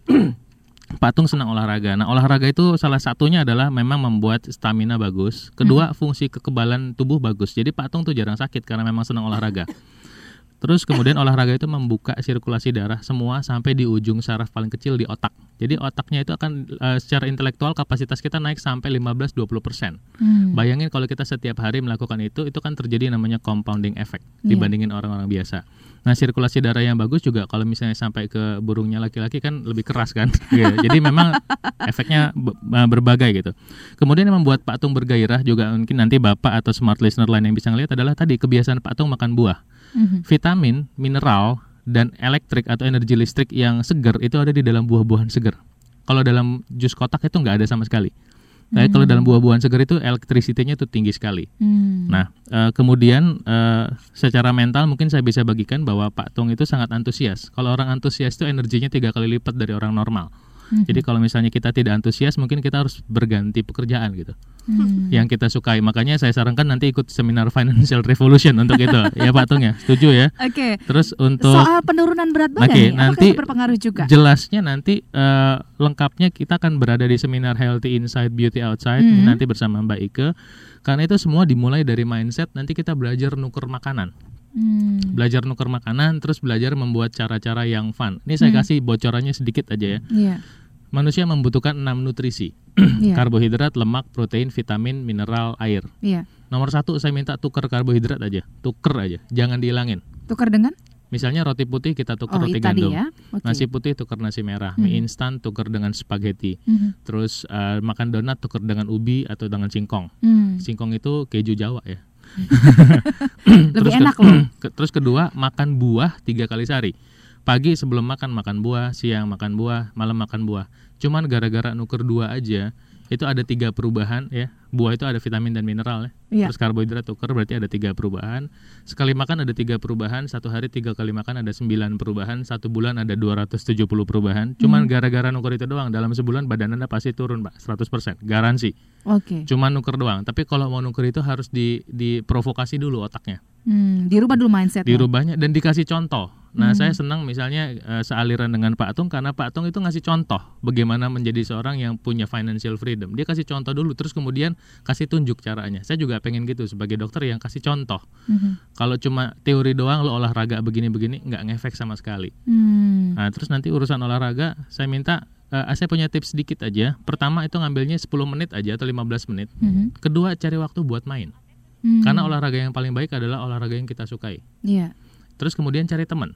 K: Pak Tung senang olahraga. Nah, olahraga itu salah satunya adalah memang membuat stamina bagus. Kedua, fungsi kekebalan tubuh bagus. Jadi Pak Tung tuh jarang sakit karena memang senang olahraga. Terus kemudian olahraga itu membuka sirkulasi darah semua sampai di ujung saraf paling kecil di otak. Jadi otaknya itu akan secara intelektual kapasitas kita naik sampai 15-20%. Bayangin kalau kita setiap hari melakukan itu kan terjadi namanya compounding effect dibandingin orang-orang biasa. Nah, sirkulasi darah yang bagus juga kalau misalnya sampai ke burungnya laki-laki kan lebih keras kan. Jadi memang efeknya berbagai gitu. Kemudian yang membuat Pak Tung bergairah juga mungkin nanti Bapak atau smart listener lain yang bisa ngelihat adalah tadi kebiasaan Pak Tung makan buah. Vitamin, mineral, dan elektrik atau energi listrik yang segar itu ada di dalam buah-buahan segar. Kalau dalam jus kotak itu nggak ada sama sekali. Tapi kalau dalam buah-buahan segar itu elektrisitinya itu tinggi sekali. Nah, kemudian secara mental mungkin saya bisa bagikan bahwa Pak Tung itu sangat antusias. Kalau orang antusias itu energinya 3 kali lipat dari orang normal. Jadi kalau misalnya kita tidak antusias, mungkin kita harus berganti pekerjaan gitu. Yang kita sukai. Makanya saya sarankan nanti ikut seminar Financial Revolution untuk itu. Ya Pak Tung ya, setuju ya?
O: Oke.
K: Terus untuk
O: soal penurunan berat badan nih,
K: nanti
O: apakah berpengaruh juga?
K: Jelasnya nanti lengkapnya kita akan berada di seminar Healthy Inside, Beauty Outside nanti bersama Mbak Ike. Karena itu semua dimulai dari mindset. Nanti kita belajar nuker makanan. Belajar nuker makanan, terus belajar membuat cara-cara yang fun. Ini saya kasih bocorannya sedikit aja ya. Manusia membutuhkan 6 nutrisi. Karbohidrat, lemak, protein, vitamin, mineral, air. Nomor 1 saya minta tuker karbohidrat aja. Tuker aja, jangan dihilangin.
O: Tuker dengan?
K: Misalnya roti putih kita tukar roti
O: tadi
K: gandum,
O: ya? Okay.
K: nasi putih tukar nasi merah, mie instan tukar dengan spaghetti, terus makan donat tukar dengan ubi atau dengan singkong. Singkong itu keju Jawa ya.
O: Lebih enak loh.
K: Terus kedua, makan buah 3 kali sehari. Pagi sebelum makan buah, siang makan buah, malam makan buah. Cuman gara-gara nuker 2 aja, itu ada 3 perubahan ya. Buah itu ada vitamin dan mineral ya. Terus karbohidrat tuker berarti ada 3 perubahan. Sekali makan ada 3 perubahan, 1 hari 3 kali makan ada 9 perubahan, 1 bulan ada 270 perubahan. Cuman gara-gara nuker itu doang, dalam sebulan badan Anda pasti turun, Pak, 100%, garansi.
O: Oke.
K: Cuman nuker doang. Tapi kalau mau nuker itu harus diprovokasi dulu otaknya.
O: Dirubah dulu mindsetnya.
K: Dirubahnya dan dikasih contoh. Nah, saya senang misalnya sealiran dengan Pak Tung karena Pak Tung itu ngasih contoh bagaimana menjadi seorang yang punya financial freedom. Dia kasih contoh dulu, terus kemudian kasih tunjuk caranya. Saya juga pengen gitu sebagai dokter yang kasih contoh. Kalau cuma teori doang, lo olahraga begini-begini, nggak ngefek sama sekali. Nah, terus nanti urusan olahraga, saya minta saya punya tips sedikit aja. Pertama itu ngambilnya 10 menit aja atau 15 menit. Kedua, cari waktu buat main. Karena olahraga yang paling baik adalah olahraga yang kita sukai. Terus kemudian cari teman.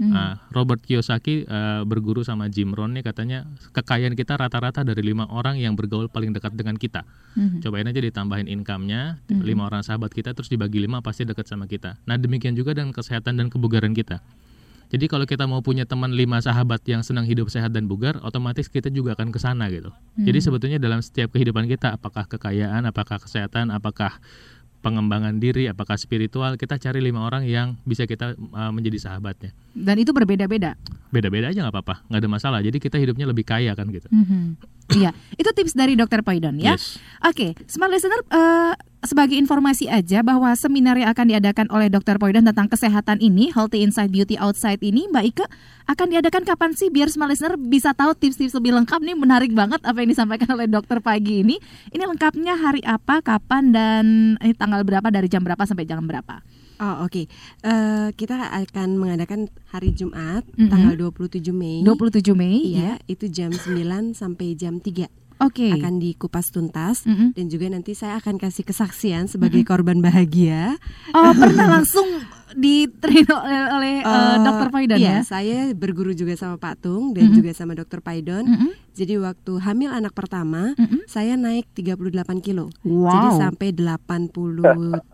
K: Robert Kiyosaki berguru sama Jim Rohn nih, katanya kekayaan kita rata-rata dari 5 orang yang bergaul paling dekat dengan kita. Cobain aja ditambahin income-nya, 5 orang sahabat kita terus dibagi 5 pasti dekat sama kita. Nah, demikian juga dengan kesehatan dan kebugaran kita. Jadi kalau kita mau punya teman 5 sahabat yang senang hidup sehat dan bugar, otomatis kita juga akan ke sana gitu. Jadi sebetulnya dalam setiap kehidupan kita, apakah kekayaan, apakah kesehatan, apakah pengembangan diri, apakah spiritual, kita cari 5 orang yang bisa kita menjadi sahabatnya.
O: Dan itu berbeda-beda?
K: Beda-beda aja nggak apa-apa, nggak ada masalah. Jadi kita hidupnya lebih kaya kan gitu.
O: Iya, itu tips dari Dr. Poidon ya. Oke, Smart Listener, sebagai informasi aja bahwa seminar yang akan diadakan oleh Dr. Poidon tentang kesehatan ini, Healthy Inside Beauty Outside ini, Mbak Ike, akan diadakan kapan sih biar Smart Listener bisa tahu tips-tips lebih lengkap nih? Menarik banget apa yang disampaikan oleh dokter pagi ini. Ini lengkapnya hari apa, kapan, dan ini tanggal berapa, dari jam berapa sampai jam berapa?
L: Oh, oke. Kita akan mengadakan hari Jumat tanggal 27 Mei.
O: 27 Mei,
L: iya, itu jam 9 sampai jam 3. Akan dikupas tuntas dan juga nanti saya akan kasih kesaksian sebagai korban bahagia.
O: Oh, pernah langsung di-train oleh Dr. Poidon ya?
L: Iya, saya berguru juga sama Pak Tung dan juga sama Dr. Poidon. Jadi waktu hamil anak pertama, saya naik 38 kilo. Jadi sampai 80.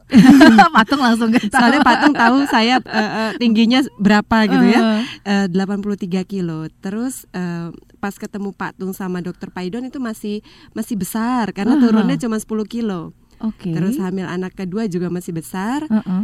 O: Patung langsung gak tahu.
L: Soalnya Patung tahu saya tingginya berapa gitu ya. 83 kilo. Terus pas ketemu Patung sama Dr. Poidon itu masih besar karena turunnya cuma 10 kilo. Terus hamil anak kedua juga masih besar.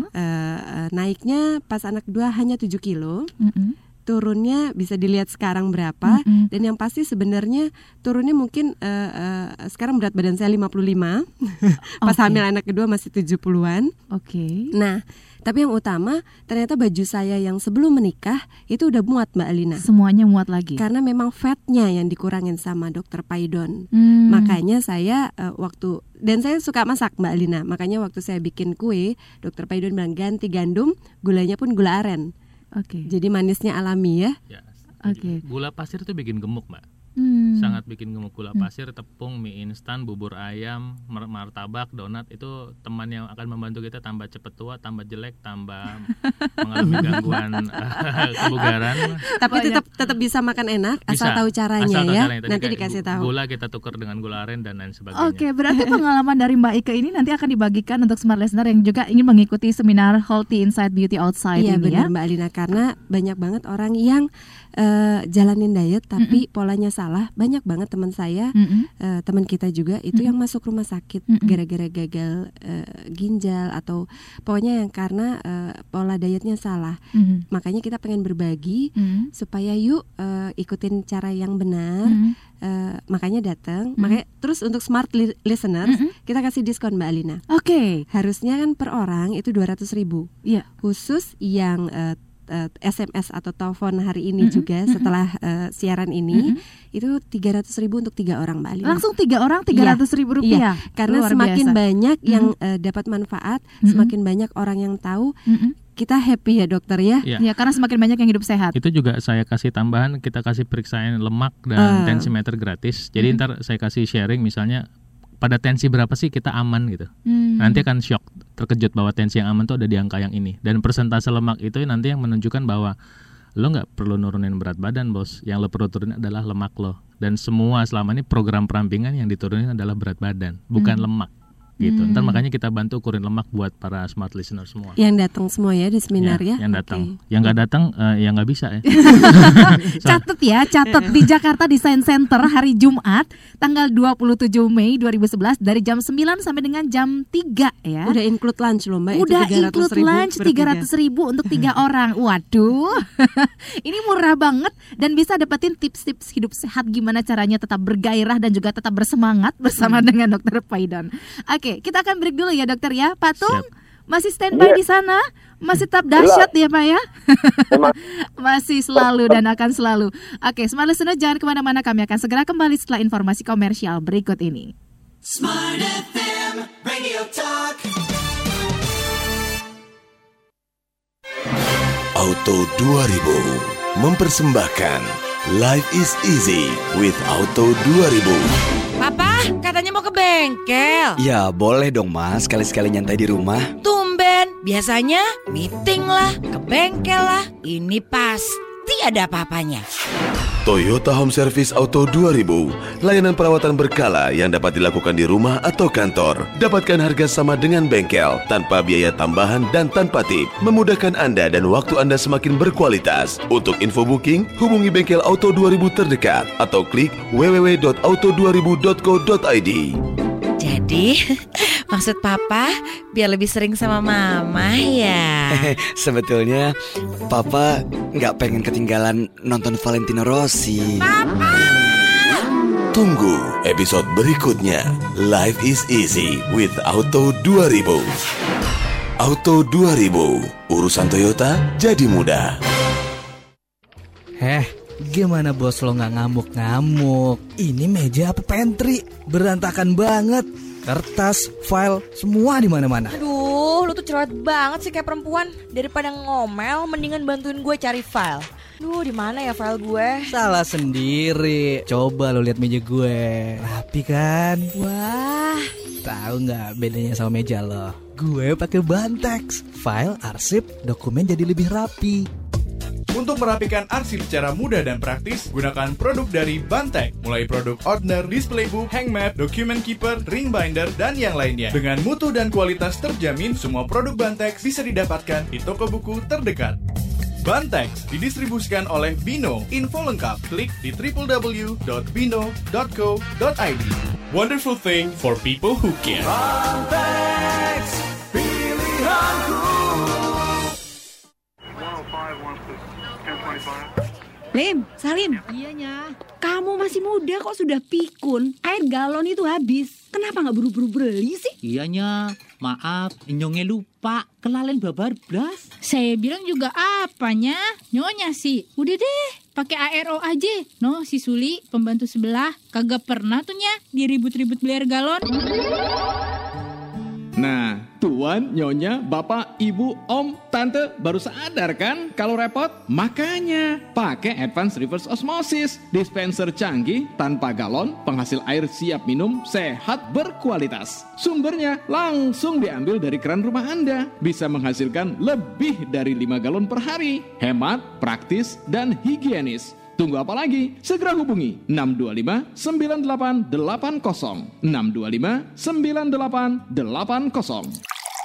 L: Naiknya pas anak kedua hanya 7 kilo. Turunnya bisa dilihat sekarang berapa. Dan yang pasti sebenarnya turunnya mungkin sekarang berat badan saya 55. Pas hamil anak kedua masih 70-an. Nah, tapi yang utama ternyata baju saya yang sebelum menikah itu udah muat, Mbak Alina.
O: Semuanya muat lagi.
L: Karena memang fatnya yang dikurangin sama Dr. Poidon. Makanya saya dan saya suka masak, Mbak Alina. Makanya waktu saya bikin kue, Dr. Poidon bilang ganti gandum, gulanya pun gula aren. Jadi manisnya alami ya.
K: Gula pasir itu bikin gemuk, Mbak. Sangat bikin gemuk. Gula pasir, tepung, mie instan, bubur ayam, martabak, donat itu teman yang akan membantu kita tambah cepet tua, tambah jelek, tambah mengalami gangguan kebugaran.
L: Tapi tetap bisa makan enak asal tahu caranya ya. Nanti dikasih tahu.
K: Gula kita tukar dengan gula aren dan lain sebagainya.
O: Berarti pengalaman dari Mbak Ike ini nanti akan dibagikan untuk Smart Listener yang juga ingin mengikuti seminar Healthy Inside Beauty Outside ini ya.
L: Iya benar Mbak Alina, karena banyak banget orang yang jalanin diet tapi polanya salah. Banyak banget teman saya, teman kita juga itu yang masuk rumah sakit gara-gara gagal ginjal atau pokoknya yang karena pola dietnya salah. Makanya kita pengen berbagi supaya yuk ikutin cara yang benar. Makanya datang. Makanya terus untuk Smart Listeners kita kasih diskon, Mbak Alina. Harusnya kan per orang itu 200.000. Khusus yang SMS atau telepon hari ini juga setelah siaran ini itu 300.000 untuk 3 orang, Mbak Alina.
O: Langsung 3 orang 300.000 rupiah.
L: Karena semakin banyak yang dapat manfaat, semakin banyak orang yang tahu. Kita happy ya dokter ya.
O: Ya karena semakin banyak yang hidup sehat.
K: Itu juga saya kasih tambahan, kita kasih periksaan lemak dan tensimeter gratis. Jadi ntar saya kasih sharing misalnya pada tensi berapa sih kita aman gitu. Nanti akan shock, terkejut bahwa tensi yang aman tuh ada di angka yang ini. Dan persentase lemak itu nanti yang menunjukkan bahwa lo nggak perlu nurunin berat badan, bos. Yang lo perlu turunin adalah lemak lo. Dan semua selama ini program perampingan yang diturunin adalah berat badan, bukan lemak. Gitu. Ntar makanya kita bantu ukurin lemak buat para smart listener semua.
L: Yang datang semua ya di seminar ya?
K: Yang datang. Yang nggak datang ya nggak bisa ya.
O: Catat di Jakarta Design Center hari Jumat tanggal 27 Mei 2011 dari jam 9 sampai dengan jam 3 ya.
L: Udah include lunch loh Mbak.
O: Udah include lunch 300.000 untuk 3 orang. Waduh. Ini murah banget dan bisa dapetin tips-tips hidup sehat, gimana caranya tetap bergairah dan juga tetap bersemangat bersama dengan Dr. Paidon. Oke, kita akan break dulu ya dokter ya. Pak Tung masih standby di sana, masih tetap dahsyat ya Pak ya. Masih selalu dan akan selalu. Oke, Smart Listener jangan kemana-mana, kami akan segera kembali setelah informasi komersial berikut ini.
J: Smart FM Radio Talk.
F: Auto 2000 mempersembahkan Life is Easy with Auto 2000.
G: Papa, katanya mau ke bengkel.
H: Ya boleh dong mas, sekali-sekali nyantai di rumah.
G: Tumben, biasanya meeting lah, ke bengkel lah. Ini pasti ada apa-apanya.
F: Toyota Home Service Auto 2000, layanan perawatan berkala yang dapat dilakukan di rumah atau kantor. Dapatkan harga sama dengan bengkel, tanpa biaya tambahan dan tanpa tip. Memudahkan Anda dan waktu Anda semakin berkualitas. Untuk info booking, hubungi bengkel Auto 2000 terdekat atau klik www.auto2000.co.id.
G: Jadi, maksud Papa biar lebih sering sama Mama ya?
H: Sebetulnya Papa nggak pengen ketinggalan nonton Valentino Rossi.
G: Papa!
F: Tunggu episode berikutnya. Life is Easy with Auto 2000. Auto 2000, urusan Toyota jadi mudah.
Q: Gimana bos lo gak ngamuk-ngamuk? Ini meja apa pantry? Berantakan banget. Kertas, file, semua di mana-mana.
R: Aduh, lu tuh cerewet banget sih kayak perempuan. Daripada ngomel, mendingan bantuin gue cari file. Duh, di mana ya file gue?
Q: Salah sendiri. Coba lo lihat meja gue. Rapi kan?
R: Wah.
Q: Tahu nggak bedanya sama meja lo? Gue pakai Bantex. File, arsip, dokumen jadi lebih rapi.
S: Untuk merapikan arsip secara mudah dan praktis, gunakan produk dari Bantex. Mulai produk Ordner, Display Book, Hang Map, Document Keeper, Ring Binder, dan yang lainnya. Dengan mutu dan kualitas terjamin, semua produk Bantex bisa didapatkan di toko buku terdekat. Bantex didistribusikan oleh Bino. Info lengkap klik di www.bino.co.id. Wonderful thing for people who care.
J: Bantex, pilihanku.
T: Lim, Salim. Iyanya. Kamu masih muda kok sudah pikun. Air galon itu habis. Kenapa nggak buru-buru beli sih?
U: Iyanya, maaf, nyongnya lupa. Kelalen babar blas.
V: Saya bilang juga apanya? Nyonya sih. Udah deh, pakai ARO aja. No, si Suli, pembantu sebelah, kagak pernah tuh nya diribut-ribut beli air galon.
W: Nah, tuan, nyonya, bapak, ibu, om, tante baru sadar kan kalau repot? Makanya pakai Advanced Reverse Osmosis, dispenser canggih tanpa galon, penghasil air siap minum, sehat, berkualitas. Sumbernya langsung diambil dari keran rumah Anda, bisa menghasilkan lebih dari 5 galon per hari. Hemat, praktis, dan higienis. Tunggu apa lagi? Segera hubungi 625-9880. 625-9880.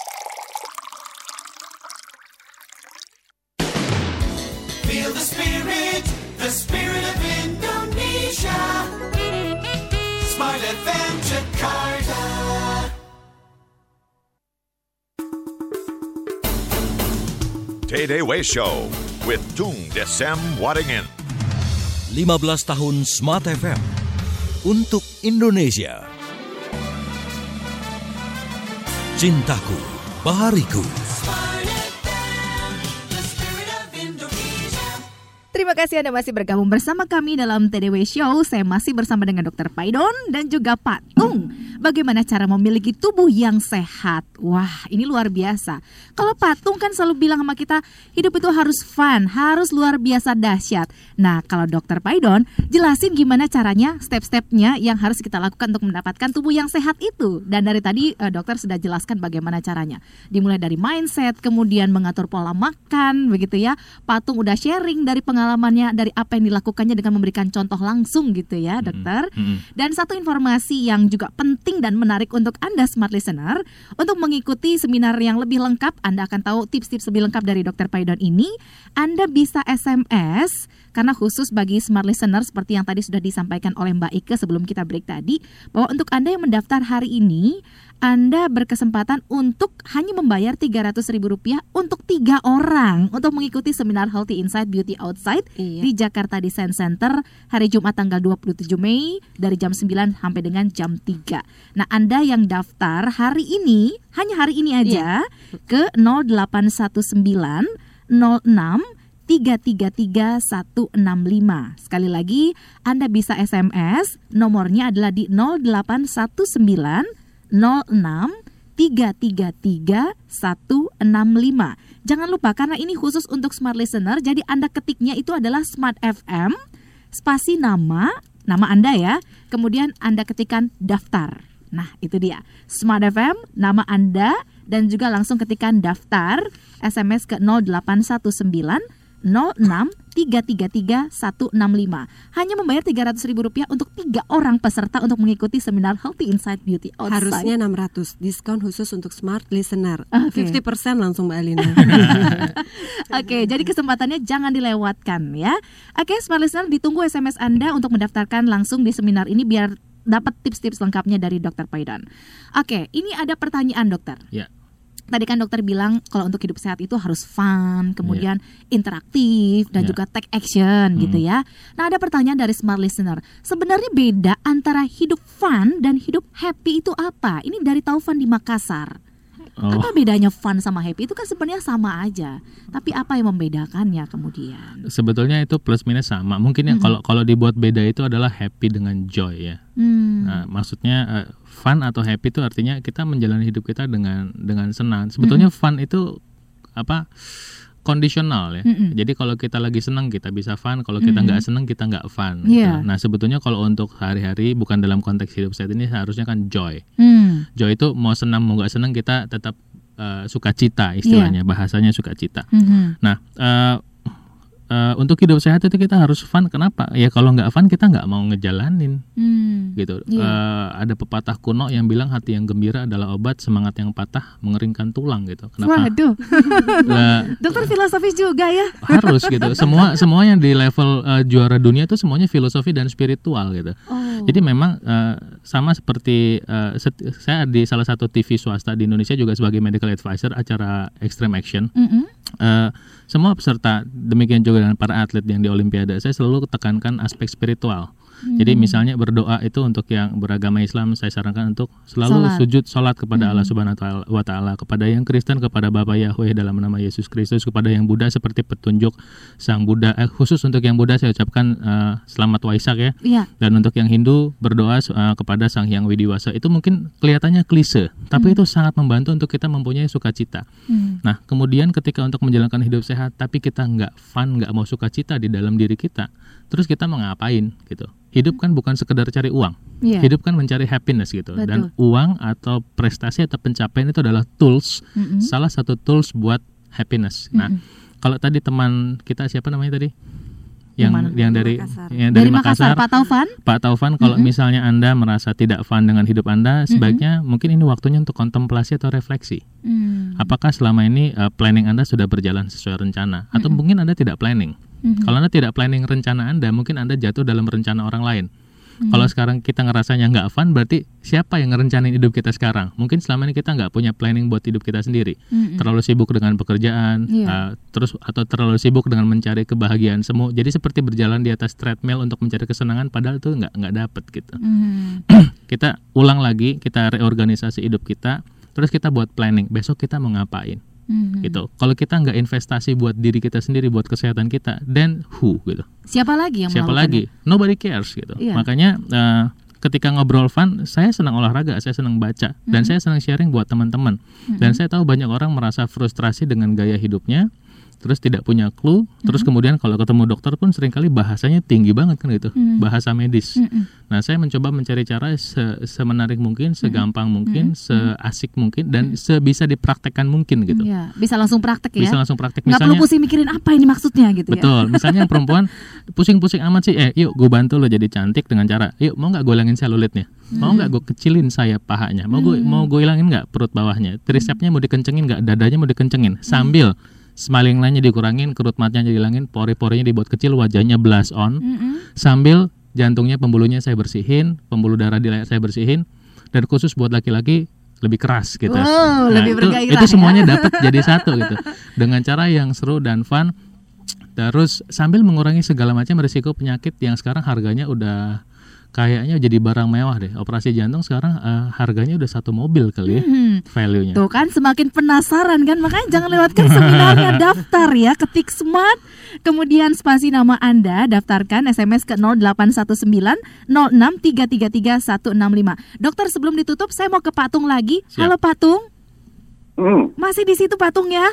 J: Feel the spirit of Indonesia. Smart FM Jakarta.
B: Day Way Show with Tung Desem Waddingin.
A: 15 tahun Smart FM untuk Indonesia. Cintaku, Bahariku.
C: Terima
O: kasih Anda masih bergabung bersama kami dalam TDW Show. Saya masih bersama dengan Dr. Paidon dan juga Pak Tung. Bagaimana cara memiliki tubuh yang sehat? Wah, ini luar biasa. Kalau Pak Tung kan selalu bilang sama kita, hidup itu harus fun, harus luar biasa dahsyat. Nah, kalau Dr. Paidon, jelasin gimana caranya, step-stepnya yang harus kita lakukan untuk mendapatkan tubuh yang sehat itu. Dan dari tadi dokter sudah jelaskan bagaimana caranya. Dimulai dari mindset, kemudian mengatur pola makan, begitu ya. Pak Tung udah sharing dari pengalamannya, dari apa yang dilakukannya dengan memberikan contoh langsung gitu ya, dokter. Dan satu informasi yang juga penting dan menarik untuk Anda smart listener, untuk mengikuti seminar yang lebih lengkap, Anda akan tahu tips-tips lebih lengkap dari Dr. Paidon ini, Anda bisa SMS, karena khusus bagi smart listener seperti yang tadi sudah disampaikan oleh Mbak Ike sebelum kita break tadi, bahwa untuk Anda yang mendaftar hari ini, Anda berkesempatan untuk hanya membayar Rp300.000 untuk 3 orang untuk mengikuti seminar Healthy Inside Beauty Outside di Jakarta Design Center hari Jumat tanggal 27 Mei dari jam 9 sampai dengan jam 3. Nah, Anda yang daftar hari ini, hanya hari ini aja, ke 0819 06 333-165. Sekali lagi, Anda bisa SMS, nomornya adalah di 0819 06-333-165. Jangan lupa, karena ini khusus untuk smart listener, jadi Anda ketiknya itu adalah Smart FM, spasi nama Anda ya, kemudian Anda ketikkan daftar. Nah, itu dia, Smart FM, nama Anda, dan juga langsung ketikkan daftar, SMS ke 0819 06-333-165. Hanya membayar Rp300.000 untuk 3 orang peserta untuk mengikuti seminar Healthy Inside Beauty Outside.
L: Harusnya 600, diskon khusus untuk smart listener. 50% langsung Mbak Alina.
O: Oke, jadi kesempatannya jangan dilewatkan ya. Oke, smart listener, ditunggu SMS Anda untuk mendaftarkan langsung di seminar ini biar dapat tips-tips lengkapnya dari Dr. Paidon. Oke, ini ada pertanyaan dokter.
K: Ya.
O: Tadi kan dokter bilang kalau untuk hidup sehat itu harus fun, kemudian interaktif dan juga take action gitu ya. Nah, ada pertanyaan dari smart listener. Sebenarnya beda antara hidup fun dan hidup happy itu apa? Ini dari Taufan di Makassar. Apa bedanya fun sama happy? Itu kan sebenarnya sama aja. Tapi apa yang membedakannya kemudian?
K: Sebetulnya itu plus minus sama. Mungkin yang kalau dibuat beda itu adalah happy dengan joy ya. Nah, maksudnya fun atau happy itu artinya kita menjalani hidup kita dengan senang. Sebetulnya fun itu kondisional ya. Jadi kalau kita lagi senang kita bisa fun, kalau kita nggak senang kita nggak fun. Gitu. Nah, sebetulnya kalau untuk hari-hari bukan dalam konteks hidup sehat ini harusnya kan joy. Joy itu mau senang mau nggak senang kita tetap sukacita istilahnya, bahasanya sukacita. Nah, untuk hidup sehat itu kita harus fun. Kenapa? Ya kalau nggak fun kita nggak mau ngejalanin. Gitu. Ada pepatah kuno yang bilang hati yang gembira adalah obat, semangat yang patah mengeringkan tulang gitu. Kenapa?
O: Waduh. Dokter filosofis juga ya.
K: Harus gitu. Semua yang di level juara dunia itu semuanya filosofi dan spiritual gitu. Jadi memang sama seperti saya di salah satu TV swasta di Indonesia juga sebagai medical advisor acara Extreme Action. Semua peserta, demikian juga dengan para atlet yang di Olimpiade, saya selalu tekankan aspek spiritual. Jadi misalnya berdoa itu untuk yang beragama Islam, saya sarankan untuk selalu sujud salat kepada Allah Subhanahu wa taala, kepada yang Kristen kepada Bapa Yahweh dalam nama Yesus Kristus, kepada yang Buddha seperti petunjuk Sang Buddha. Khusus untuk yang Buddha saya ucapkan selamat Waisak ya. Dan untuk yang Hindu berdoa kepada Sang Hyang Widiwasa. Itu mungkin kelihatannya klise, tapi itu sangat membantu untuk kita mempunyai sukacita. Nah, kemudian ketika untuk menjalankan hidup sehat tapi kita nggak fun, nggak mau sukacita di dalam diri kita, terus kita mau ngapain gitu? Hidup kan bukan sekedar cari uang. Hidup kan mencari happiness gitu. Betul. Dan uang atau prestasi atau pencapaian itu adalah tools, salah satu tools buat happiness. Nah, kalau tadi teman kita siapa namanya tadi? Yang dari Makassar, Pak Taufan, kalau misalnya Anda merasa tidak fun dengan hidup Anda, sebaiknya mungkin ini waktunya untuk kontemplasi atau refleksi. Apakah selama ini planning Anda sudah berjalan sesuai rencana, atau mungkin Anda tidak planning? Kalau Anda tidak planning rencana Anda, mungkin Anda jatuh dalam rencana orang lain. Kalau sekarang kita ngerasanya nggak fun, berarti siapa yang ngerencanain hidup kita sekarang? Mungkin selama ini kita nggak punya planning buat hidup kita sendiri. Terlalu sibuk dengan pekerjaan, atau terlalu sibuk dengan mencari kebahagiaan semu. Jadi seperti berjalan di atas treadmill untuk mencari kesenangan, padahal itu nggak dapet gitu. Kita ulang lagi, kita reorganisasi hidup kita, terus kita buat planning. Besok kita mau ngapain? gitu. Kalau kita nggak investasi buat diri kita sendiri, buat kesehatan kita, then who gitu?
O: Siapa lagi yang
K: Siapa lagi? Nobody cares gitu.
O: Iya.
K: Makanya ketika ngobrol fun, saya senang olahraga, saya senang baca, dan saya senang sharing buat teman-teman. Dan saya tahu banyak orang merasa frustrasi dengan gaya hidupnya, terus tidak punya clue, terus kemudian kalau ketemu dokter pun seringkali bahasanya tinggi banget kan gitu, bahasa medis. Nah, saya mencoba mencari cara semenarik mungkin, segampang mungkin, seasik mungkin, dan sebisa dipraktekkan mungkin gitu.
O: Ya, bisa langsung praktek ya.
K: Bisa langsung praktek.
O: Nggak perlu pusing mikirin apa ini maksudnya gitu ya.
K: Betul. Misalnya yang perempuan pusing-pusing amat sih, yuk gue bantu lo jadi cantik dengan cara, yuk mau nggak gue hilangin selulitnya, mau nggak gue kecilin sayap pahanya, mau gue hilangin nggak perut bawahnya, tricepsnya mau dikencengin nggak, dadanya mau dikencengin, sambil smiling line-nya dikurangin, kerut matanya dihilangin, pori-porinya dibuat kecil, wajahnya blush on, sambil jantungnya, pembuluhnya saya bersihin, pembuluh darah di leher saya bersihin, dan khusus buat laki-laki lebih keras gitu.
O: Wow,
K: nah,
O: lebih
K: itu semuanya dapat jadi satu gitu, dengan cara yang seru dan fun, terus sambil mengurangi segala macam risiko penyakit yang sekarang harganya udah kayaknya jadi barang mewah deh. Operasi jantung sekarang harganya udah 1 mobil kali ya, value-nya.
O: Tuh kan semakin penasaran kan, makanya jangan lewatkan seminarnya, daftar ya, ketik SMART, kemudian spasi nama Anda, daftarkan SMS ke 0819 06 333 165. Dokter, sebelum ditutup saya mau ke Pak Tung lagi. Siap. Halo Pak Tung. Masih di situ Pak Tung ya?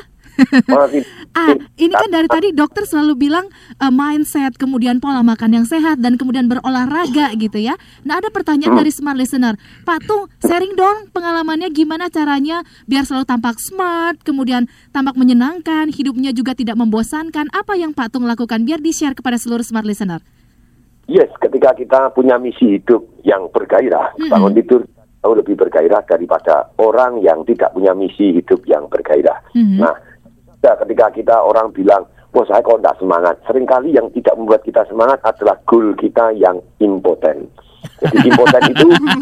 O: Ini kan dari tadi dokter selalu bilang mindset, kemudian pola makan yang sehat, dan kemudian berolahraga gitu ya. Nah, ada pertanyaan dari smart listener. Pak Tung, sharing dong pengalamannya gimana caranya biar selalu tampak smart, kemudian tampak menyenangkan, hidupnya juga tidak membosankan. Apa yang Pak Tung lakukan biar di-share kepada seluruh smart listener?
D: Yes, ketika kita punya misi hidup yang bergairah, bangun tidur jauh lebih bergairah daripada orang yang tidak punya misi hidup yang bergairah. Nah, ketika kita orang bilang, wah saya kok tidak semangat, seringkali yang tidak membuat kita semangat adalah goal kita yang impoten. Jadi impoten itu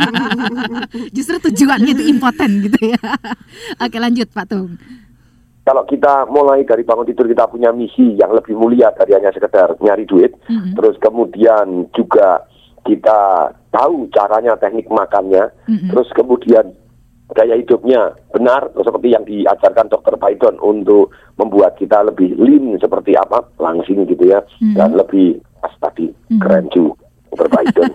O: justru tujuannya itu impoten gitu ya. Oke, lanjut Pak Tung.
D: Kalau kita mulai dari bangun tidur kita punya misi yang lebih mulia dari hanya sekedar nyari duit, terus kemudian juga kita tahu caranya, teknik makannya, terus kemudian gaya hidupnya benar, seperti yang diajarkan Dr. Paidon untuk membuat kita lebih lean seperti apa, langsing gitu ya, dan lebih pas tadi, keren juga Dr. Paidon.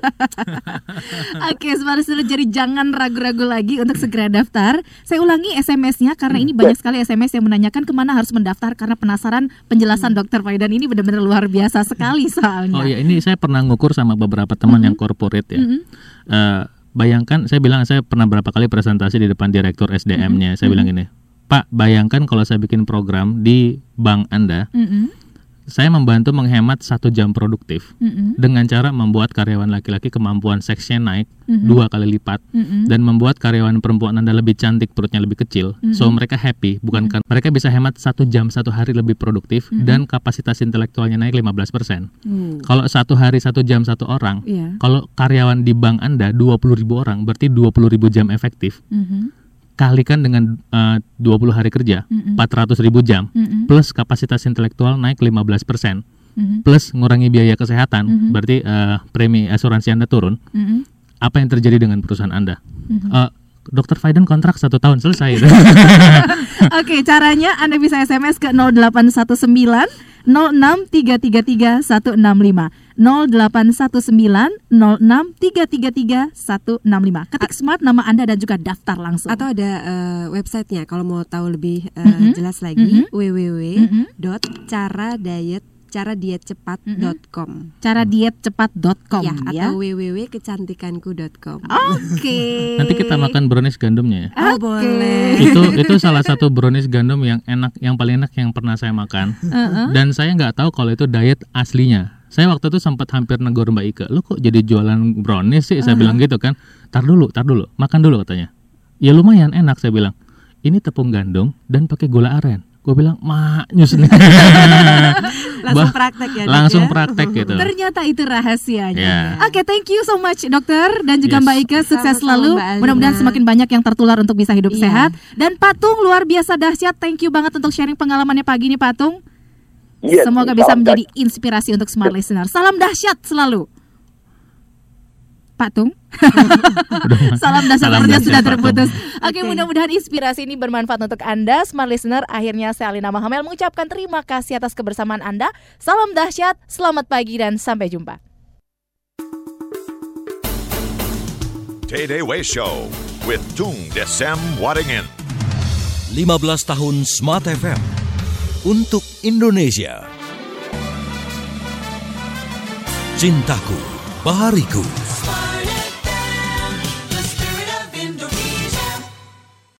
O: Oke, sebenarnya sudah, jadi jangan ragu-ragu lagi untuk segera daftar. Saya ulangi SMS-nya karena ini banyak sekali SMS yang menanyakan kemana harus mendaftar karena penasaran penjelasan Dr. Paidon ini benar-benar luar biasa sekali soalnya.
K: Oh ya, ini saya pernah ngukur sama beberapa teman yang corporate ya. Bayangkan, saya bilang saya pernah berapa kali presentasi di depan direktur SDM-nya. Saya bilang gini, Pak, bayangkan kalau saya bikin program di bank Anda, saya membantu menghemat 1 jam produktif dengan cara membuat karyawan laki-laki kemampuan seksnya naik 2 kali lipat, dan membuat karyawan perempuan Anda lebih cantik, perutnya lebih kecil, so mereka happy, bukan kan mereka bisa hemat 1 jam 1 hari lebih produktif, dan kapasitas intelektualnya naik 15%. Kalau 1 hari 1 jam 1 orang, kalau karyawan di bank Anda 20.000 orang, berarti 20.000 jam efektif. Kalikan dengan 20 hari kerja, 400.000 jam, plus kapasitas intelektual naik 15%, plus ngurangi biaya kesehatan, berarti premi asuransi Anda turun. Apa yang terjadi dengan perusahaan Anda? Dr. Paidon kontrak 1 tahun, selesai.
O: Oke, caranya Anda bisa SMS ke 0819 06 333 165. 0819 06 333 165. Ketik SMART nama Anda dan juga daftar langsung.
L: Atau ada websitenya kalau mau tahu lebih jelas lagi, www.caradietcepat.com.
O: Caradietcepat.com
L: ya, atau www.kecantikanku.com.
O: Oke.
K: Nanti kita makan brownies gandumnya ya.
L: Oh, boleh.
K: Itu salah satu brownies gandum yang enak, yang paling enak yang pernah saya makan. Dan saya nggak tahu kalau itu diet aslinya. Saya waktu itu sempat hampir negor Mbak Ika, lu kok jadi jualan brownies sih? Saya bilang gitu kan. Tar dulu, makan dulu katanya. Ya lumayan enak, saya bilang. Ini tepung gandum dan pakai gula aren. Gue bilang, maknyus nih.
L: Langsung praktek ya.
K: Langsung praktek gitu.
O: Ternyata itu rahasianya. Oke, thank you so much dokter dan juga Mbak Ika, sukses selalu. Mudah-mudahan semakin banyak yang tertular untuk bisa hidup sehat. Dan Pak Tung, luar biasa dahsyat. Thank you banget untuk sharing pengalamannya pagi ini Pak Tung. Semoga bisa menjadi inspirasi untuk smart listener. Salam dahsyat selalu Pak Tung. Salam dasar kerja sudah terputus. Oke, mudah-mudahan inspirasi ini bermanfaat untuk Anda, Smart Listener. Akhirnya saya Alina Mahamel mengucapkan terima kasih atas kebersamaan Anda. Salam dahsyat, selamat pagi dan sampai jumpa.
B: Today We Show with Tung Desem Waddingin.
A: 15 tahun Smart FM untuk Indonesia. Cintaku, bahariku.